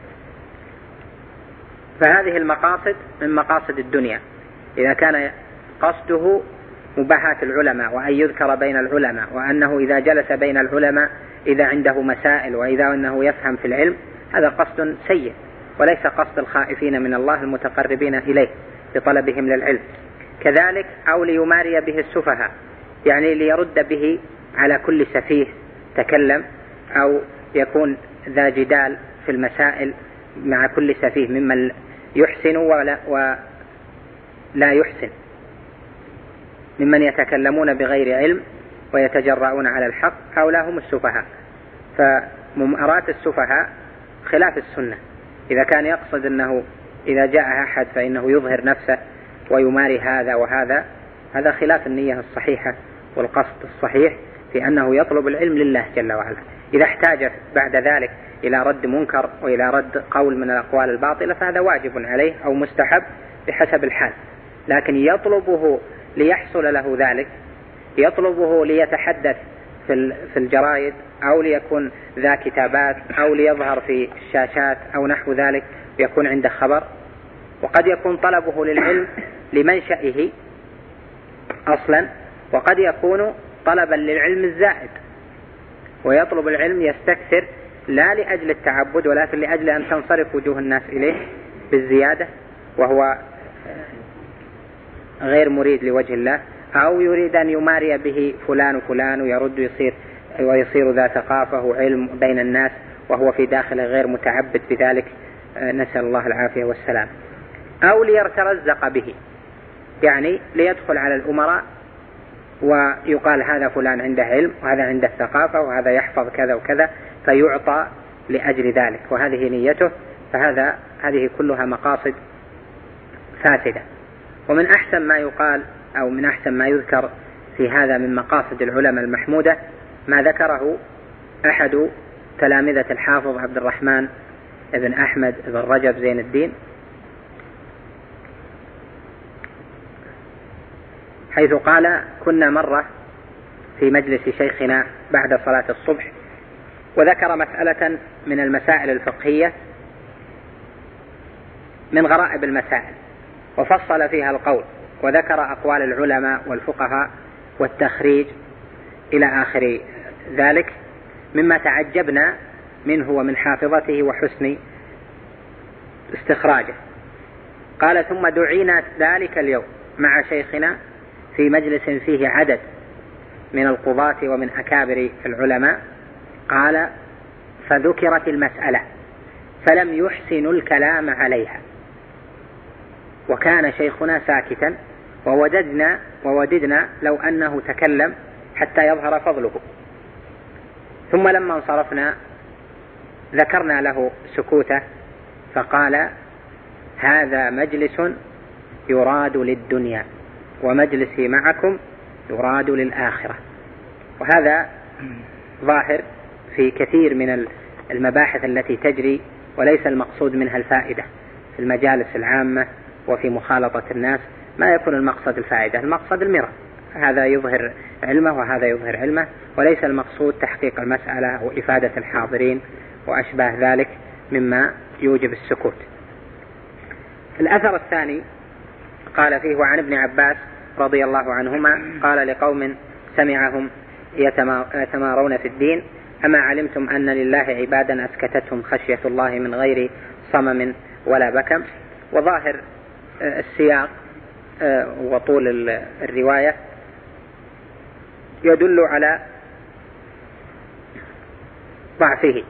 فهذه المقاصد من مقاصد الدنيا إذا كان قصده مباهاة العلماء وأن يذكر بين العلماء، وأنه إذا جلس بين العلماء إذا عنده مسائل وإذا أنه يفهم في العلم، هذا قصد سيء وليس قصد الخائفين من الله المتقربين إليه بطلبهم للعلم. كذلك أو ليماري به السفهاء، يعني ليرد به على كل سفيه تكلم، أو يكون ذا جدال في المسائل مع كل سفيه ممن يحسن ولا, ولا يحسن، ممن يتكلمون بغير علم ويتجرؤون على الحق، هؤلاء هم السفهاء. فممارات السفهاء خلاف السنة. إذا كان يقصد أنه إذا جاء أحد فإنه يظهر نفسه ويماري هذا وهذا، هذا خلاف النية الصحيحة والقصد الصحيح في أنه يطلب العلم لله جل وعلا. إذا احتاج بعد ذلك إلى رد منكر وإلى رد قول من الأقوال الباطلة فهذا واجب عليه أو مستحب بحسب الحال، لكن يطلبه ليحصل له ذلك، يطلبه ليتحدث في الجرائد أو ليكون ذا كتابات أو ليظهر في الشاشات أو نحو ذلك يكون عنده خبر. وقد يكون طلبه للعلم لمنشئه أصلا، وقد يكون طلبا للعلم الزائد، ويطلب العلم يستكثر لا لأجل التعبد ولكن لأجل أن تنصرف وجوه الناس إليه بالزيادة، وهو غير مريد لوجه الله، أو يريد أن يماري به فلان وفلان ويرد يصير ويصير ذا ثقافة وعلم بين الناس وهو في داخله غير متعبد بذلك، نسأل الله العافية والسلام. أو ليترزق به، يعني ليدخل على الأمراء ويقال هذا فلان عنده علم وهذا عنده ثقافة وهذا يحفظ كذا وكذا فيعطى لأجل ذلك، وهذه نيته. فهذا هذه كلها مقاصد فاسدة. ومن أحسن ما يقال أو من أحسن ما يذكر في هذا من مقاصد العلماء المحمودة ما ذكره أحد تلامذة الحافظ عبد الرحمن بن أحمد بن رجب زين الدين، حيث قال: كنا مرة في مجلس شيخنا بعد صلاة الصبح، وذكر مسألة من المسائل الفقهية من غرائب المسائل، وفصل فيها القول وذكر أقوال العلماء والفقهاء والتخريج إلى آخر ذلك مما تعجبنا منه ومن حافظته وحسن استخراجه. قال: ثم دعينا ذلك اليوم مع شيخنا في مجلس فيه عدد من القضاة ومن أكابر العلماء. قال: فذكرت المسألة فلم يحسنوا الكلام عليها، وكان شيخنا ساكتا، ووددنا ووددنا لو أنه تكلم حتى يظهر فضله. ثم لما انصرفنا ذكرنا له سكوته فقال: هذا مجلس يراد للدنيا، ومجلسي معكم يراد للآخرة. وهذا ظاهر في كثير من المباحث التي تجري، وليس المقصود منها الفائدة في المجالس العامة وفي مخالطة الناس، ما يكون المقصد الفائدة، المقصد المرة، هذا يظهر علمه وهذا يظهر علمه، وليس المقصود تحقيق المسألة أو إفادة الحاضرين وأشباه ذلك مما يوجب السكوت. الأثر الثاني قال فيه: وعن ابن عباس رضي الله عنهما قال لقوم سمعهم يتمارون في الدين: أما علمتم أن لله عبادا أسكتتهم خشية الله من غير صمم ولا بكم. وظاهر السياق وطول الرواية يدل على ضعفه،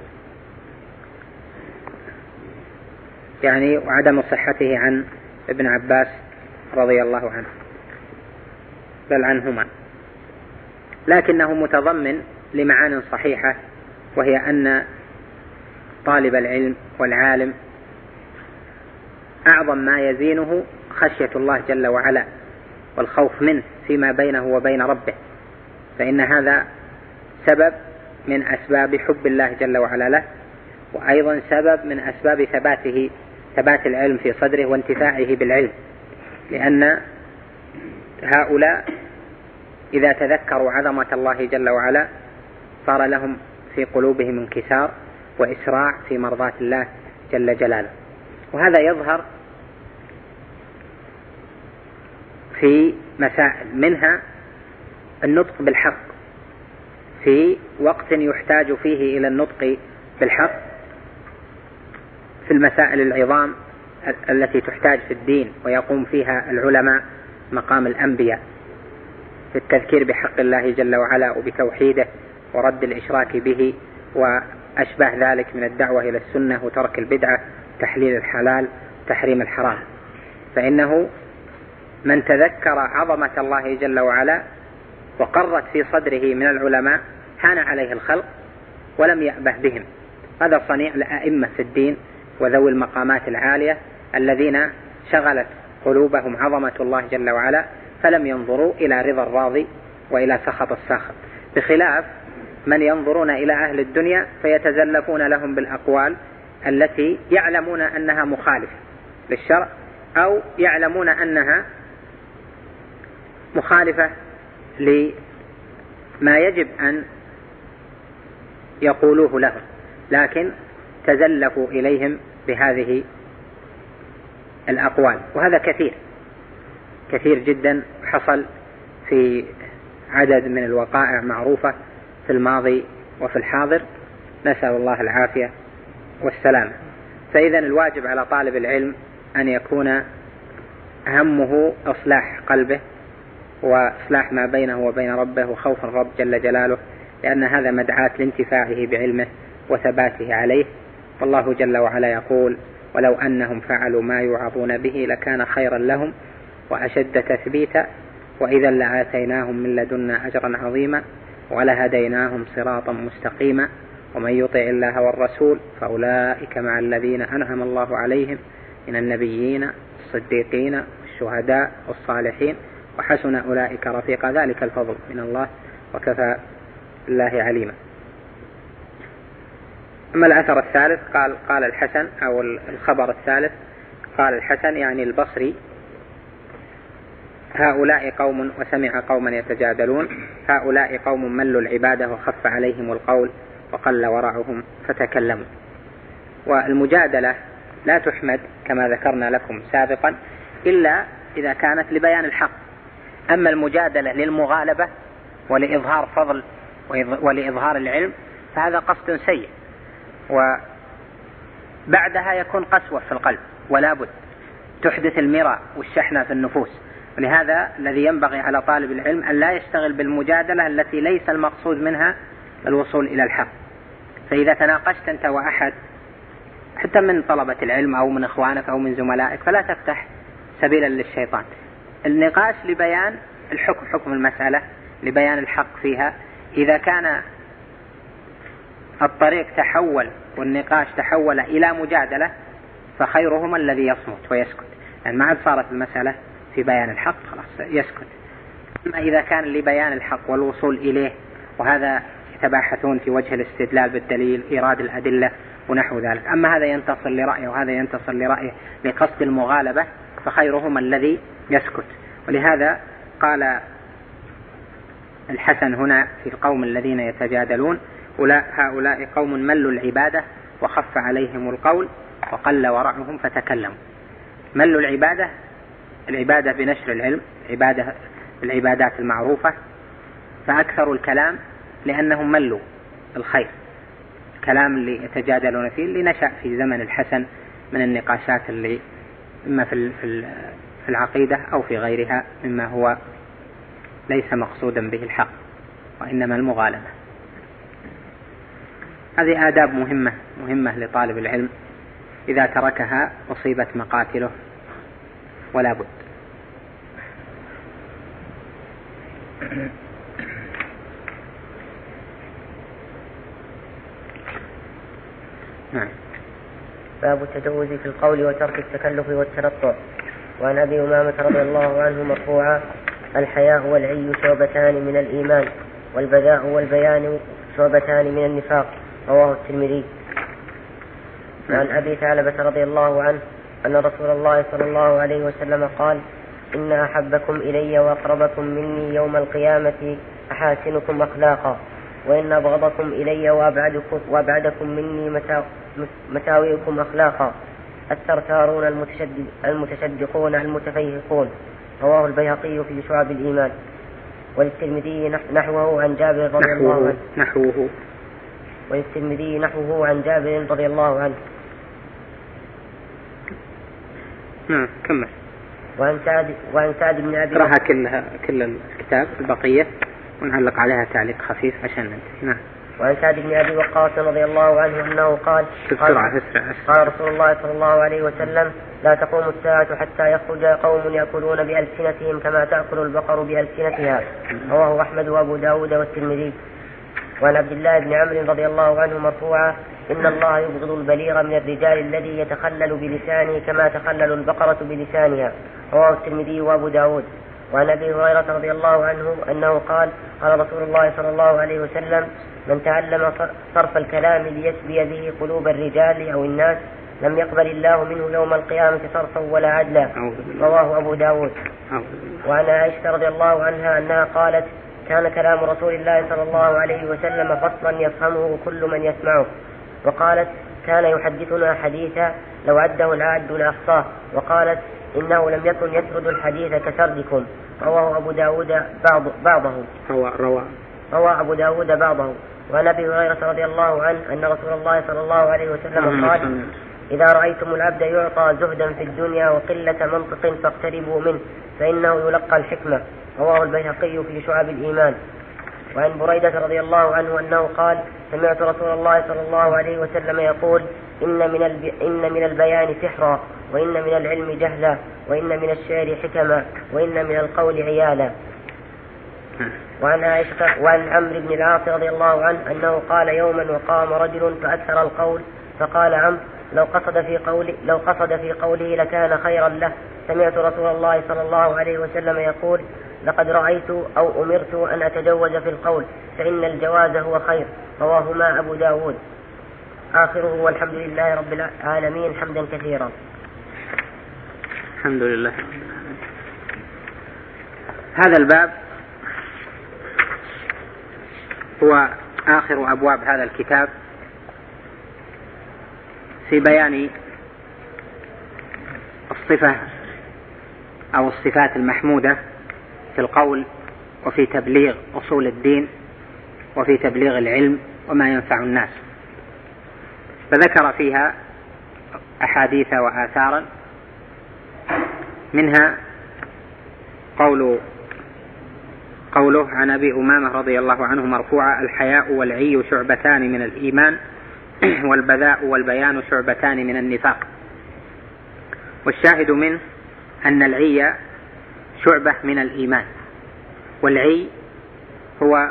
يعني وعدم صحته عن ابن عباس رضي الله عنه بل عنهما، لكنه متضمن لمعان صحيحة، وهي أن طالب العلم والعالم أعظم ما يزينه خشية الله جل وعلا والخوف منه فيما بينه وبين ربه، فإن هذا سبب من أسباب حب الله جل وعلا له، وأيضا سبب من أسباب ثباته ثبات العلم في صدره وانتفاعه بالعلم، لأن هؤلاء إذا تذكروا عظمة الله جل وعلا صار لهم في قلوبهم انكسار وإسراع في مرضاة الله جل جلاله. وهذا يظهر في مسائل، منها النطق بالحق في وقت يحتاج فيه إلى النطق بالحق في المسائل العظام التي تحتاج في الدين، ويقوم فيها العلماء مقام الأنبياء في التذكير بحق الله جل وعلا وبتوحيده ورد الإشراك به وأشباه ذلك من الدعوة إلى السنة وترك البدعة، تحليل الحلال، تحريم الحرام. فإنه من تذكر عظمة الله جل وعلا وقرت في صدره من العلماء هان عليه الخلق ولم يأبه بهم. هذا صنيع الأئمة في الدين وذوي المقامات العالية الذين شغلت قلوبهم عظمة الله جل وعلا، فلم ينظروا إلى رضا الراضي وإلى سخط الساخط، بخلاف من ينظرون إلى أهل الدنيا فيتزلفون لهم بالأقوال التي يعلمون أنها مخالفة للشرع، أو يعلمون أنها مخالفة لما يجب أن يقولوه لهم، لكن تزلفوا إليهم بهذه الأقوال. وهذا كثير كثير جدا حصل في عدد من الوقائع معروفة في الماضي وفي الحاضر، نسأل الله العافية والسلام. فإذا الواجب على طالب العلم أن يكون همه إصلاح قلبه وإصلاح ما بينه وبين ربه وخوف الرب جل جلاله، لأن هذا مدعاة لانتفاعه بعلمه وثباته عليه. والله جل وعلا يقول: ولو أنهم فعلوا ما يوعظون به لكان خيرا لهم وأشد تثبيتا وإذا لآتيناهم من لدنا أجرا عظيما ولهديناهم صراطا مستقيما ومن يطع الله والرسول فأولئك مع الذين أنعم الله عليهم من النبيين الصديقين والشهداء والصالحين وحسن أولئك رفيقا ذلك الفضل من الله وكفى الله عليما. أما الأثر الثالث قال قال الحسن أو الخبر الثالث قال الحسن يعني البصري: هؤلاء قوم وسمع قوما يتجادلون، هؤلاء قوم ملوا العبادة وخف عليهم القول وقل ورعهم فتكلموا. والمجادلة لا تحمد كما ذكرنا لكم سابقا إلا إذا كانت لبيان الحق، أما المجادلة للمغالبة ولإظهار فضل ولإظهار العلم فهذا قصد سيء، وبعدها يكون قسوة في القلب ولا بد تحدث المراء والشحنة في النفوس. ولهذا الذي ينبغي على طالب العلم أن لا يشتغل بالمجادلة التي ليس المقصود منها الوصول إلى الحق. فإذا تناقشت أنت وأحد حتى من طلبة العلم أو من إخوانك أو من زملائك فلا تفتح سبيلا للشيطان. النقاش لبيان الحكم، حكم المسألة، لبيان الحق فيها. إذا كان الطريق تحول والنقاش تحول إلى مجادلة فخيرهما الذي يصمت ويسكت، يعني ما عاد صارت المسألة في بيان الحق، خلاص يسكت. أما إذا كان لبيان الحق والوصول إليه، وهذا يتباحثون في وجه الاستدلال بالدليل، إيراد الأدلة ونحو ذلك. أما هذا ينتصر لرأيه وهذا ينتصر لرأيه لقصد المغالبة، فخيرهما الذي يسكت. ولهذا قال الحسن هنا في القوم الذين يتجادلون: هؤلاء قوم ملوا العبادة وخف عليهم القول وقل ورعهم فتكلموا. ملوا العبادة، العبادة بنشر العلم، عبادة العبادات المعروفة، فأكثروا الكلام لأنهم ملوا الخير، الكلام اللي يتجادلون فيه اللي نشأ في زمن الحسن من النقاشات اللي إما في في العقيدة أو في غيرها مما هو ليس مقصودا به الحق وإنما المغالبة. هذه آداب مهمة مهمة لطالب العلم، إذا تركها أصيبت مقاتله ولا بد. نعم. باب التجوز في القول وترك التكلف والتنطع. وعن أبي أمامة رضي الله عنه مرفوعا: الحياء والعي شعبتان من الإيمان، والبذاء والبيان شعبتان من النفاق. رواه الترمذي. وعن أبي ثعلبة رضي الله عنه أن رسول الله صلى الله عليه وسلم قال: إن أحبكم إلي وأقربكم مني يوم القيامة أحاسنكم أخلاقا، وإن أبغضكم إلي وأبعدكم, وأبعدكم مني مساوئكم أخلاقا الثرثارون المتشدد المتشدقون المتفيهقون. رواه البيهقي في شعب الإيمان. وللترمذي نحوه عن جابر رضي الله عنه نحوه وللترمذي نحوه عن جابر رضي الله عنه. نعم كمل. وعن سعد وعن سعد بن أبي راها كلها كل الكتاب البقية ونعلق عليها تعليق خفيف عشان ننتهي. نعم. وعن سعد بن أبي وقاص رضي الله عنه أنه قال: قال, قال رسول الله صلى الله عليه وسلم: لا تقوم الساعة حتى يخرج قوم يأكلون بألسنتهم كما تأكل البقر بألسنتها. رواه أحمد وأبو داود والترمذي. وعن عبد الله بن عمرو رضي الله عنه مرفوعا: إن الله يبغض البليغ من الرجال الذي يتخلل بلسانه كما تخلل البقرة بلسانها. رواه الترمذي وأبو داود. وعن أبي هريرة رضي الله عنه أنه قال: قال رسول الله صلى الله عليه وسلم: من تعلم صرف الكلام ليسبي به قلوب الرجال أو الناس لم يقبل الله منه يوم القيامة صرفا ولا عدلا. رواه أبو داود. وعن عائشة رضي الله عنها أنها قالت: كان كلام رسول الله صلى الله عليه وسلم فصلا يفهمه كل من يسمعه. وقالت: كان يحدثنا حديثا لو عده العاد لأحصاه. وقالت: إنه لم يكن يسرد الحديث كسردكم. رواه أبو داود بعض بعضه روى روى روى أبو داود بعضه. وعن أبي هريرة رضي الله عنه أن رسول الله صلى الله عليه وسلم قال: إذا رأيتم العبد يعطى زهدا في الدنيا وقلة منطق فاقتربوا منه فإنه يلقى الحكمة. رواه البيهقي في شعب الإيمان. وعن بريدة رضي الله عنه أنه قال: سمعت رسول الله صلى الله عليه وسلم يقول: إن من, الب... إن من البيان سحرا، وإن من العلم جهلا، وإن من الشعر حكما، وإن من القول عيالا. وعن عائشة وعن عمرو بن العاص رضي الله عنه أنه قال يوما وقام رجل فأكثر القول فقال عمرو: لو قصد في قوله لو قصد في قوله لكان خيرا له. سمعت رسول الله صلى الله عليه وسلم يقول: لقد رأيت أو أمرت أن أتجوز في القول فإن الجواز هو خير. رواهما أبو داود. آخره والحمد لله رب العالمين حمدا كثيرا. الحمد لله. هذا الباب هو آخر أبواب هذا الكتاب في بيان الصفة أو الصفات المحمودة في القول وفي تبليغ أصول الدين وفي تبليغ العلم وما ينفع الناس. فذكر فيها أحاديث وآثارا، منها قول قوله عن أبي أمامة رضي الله عنه مرفوعا: الحياء والعي شعبتان من الإيمان، والبذاء والبيان شعبتان من النفاق. والشاهد منه أن العي شعبة من الإيمان، والعي هو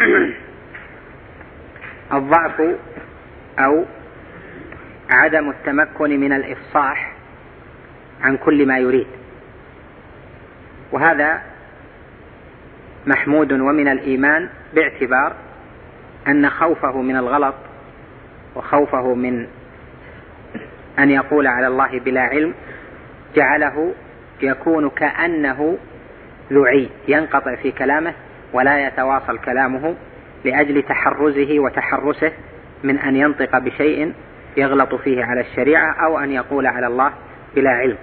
الضعف أو عدم التمكن من الإفصاح عن كل ما يريد، وهذا محمود ومن الإيمان، باعتبار أن خوفه من الغلط وخوفه من أن يقول على الله بلا علم جعله يكون كأنه ذعي ينقطع في كلامه ولا يتواصل كلامه لأجل تحرزه وتحرسه من أن ينطق بشيء يغلط فيه على الشريعة أو أن يقول على الله بلا علم.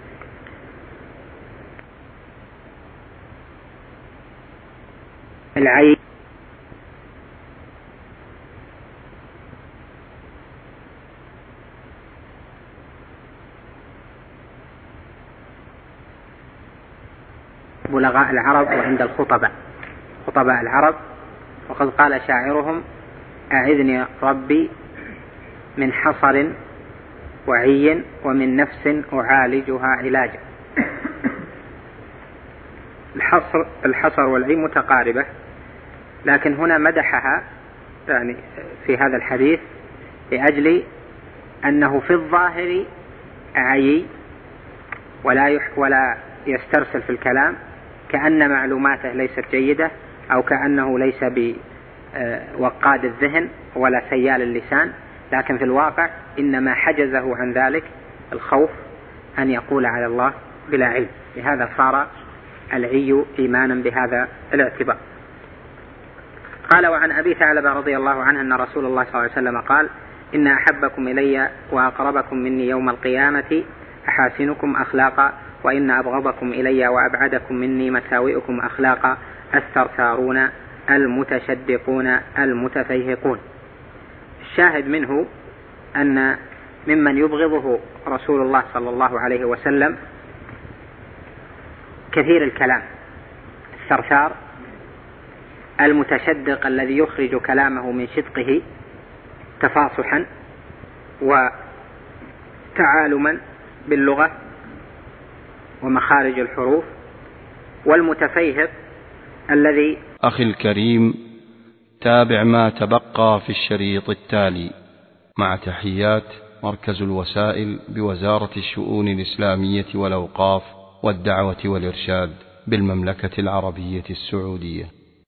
العين بلغاء العرب وعند الخطباء خطباء العرب، وقد قال شاعرهم: أعذني ربي من حصر وعي ومن نفس أعالجها علاجا. الحصر الحصر والعي متقاربة، لكن هنا مدحها يعني في هذا الحديث لأجل أنه في الظاهر عي ولا يح ولا يسترسل في الكلام، كأن معلوماته ليست جيدة أو كأنه ليس بوقاد الذهن ولا سيال اللسان، لكن في الواقع إنما حجزه عن ذلك الخوف أن يقول على الله بلا علم، لهذا صار العي إيمانا بهذا الاعتبار. قال: وعن أبي ثعلبة رضي الله عنه أن رسول الله صلى الله عليه وسلم قال: إن أحبكم إلي وأقربكم مني يوم القيامة أحاسنكم أخلاقا، وإن أبغضكم إلي وأبعدكم مني مساوئكم أخلاقا الثرثارون المتشدقون المتفيهقون. الشاهد منه أن ممن يبغضه رسول الله صلى الله عليه وسلم كثير الكلام، الثرثار المتشدق الذي يخرج كلامه من شدقه تفاصحا وتعالما باللغة ومخارج الحروف، والمتفيهق الذي أخي الكريم، تابع ما تبقى في الشريط التالي مع تحيات مركز الوسائل بوزارة الشؤون الإسلامية والأوقاف والدعوة والإرشاد بالمملكة العربية السعودية.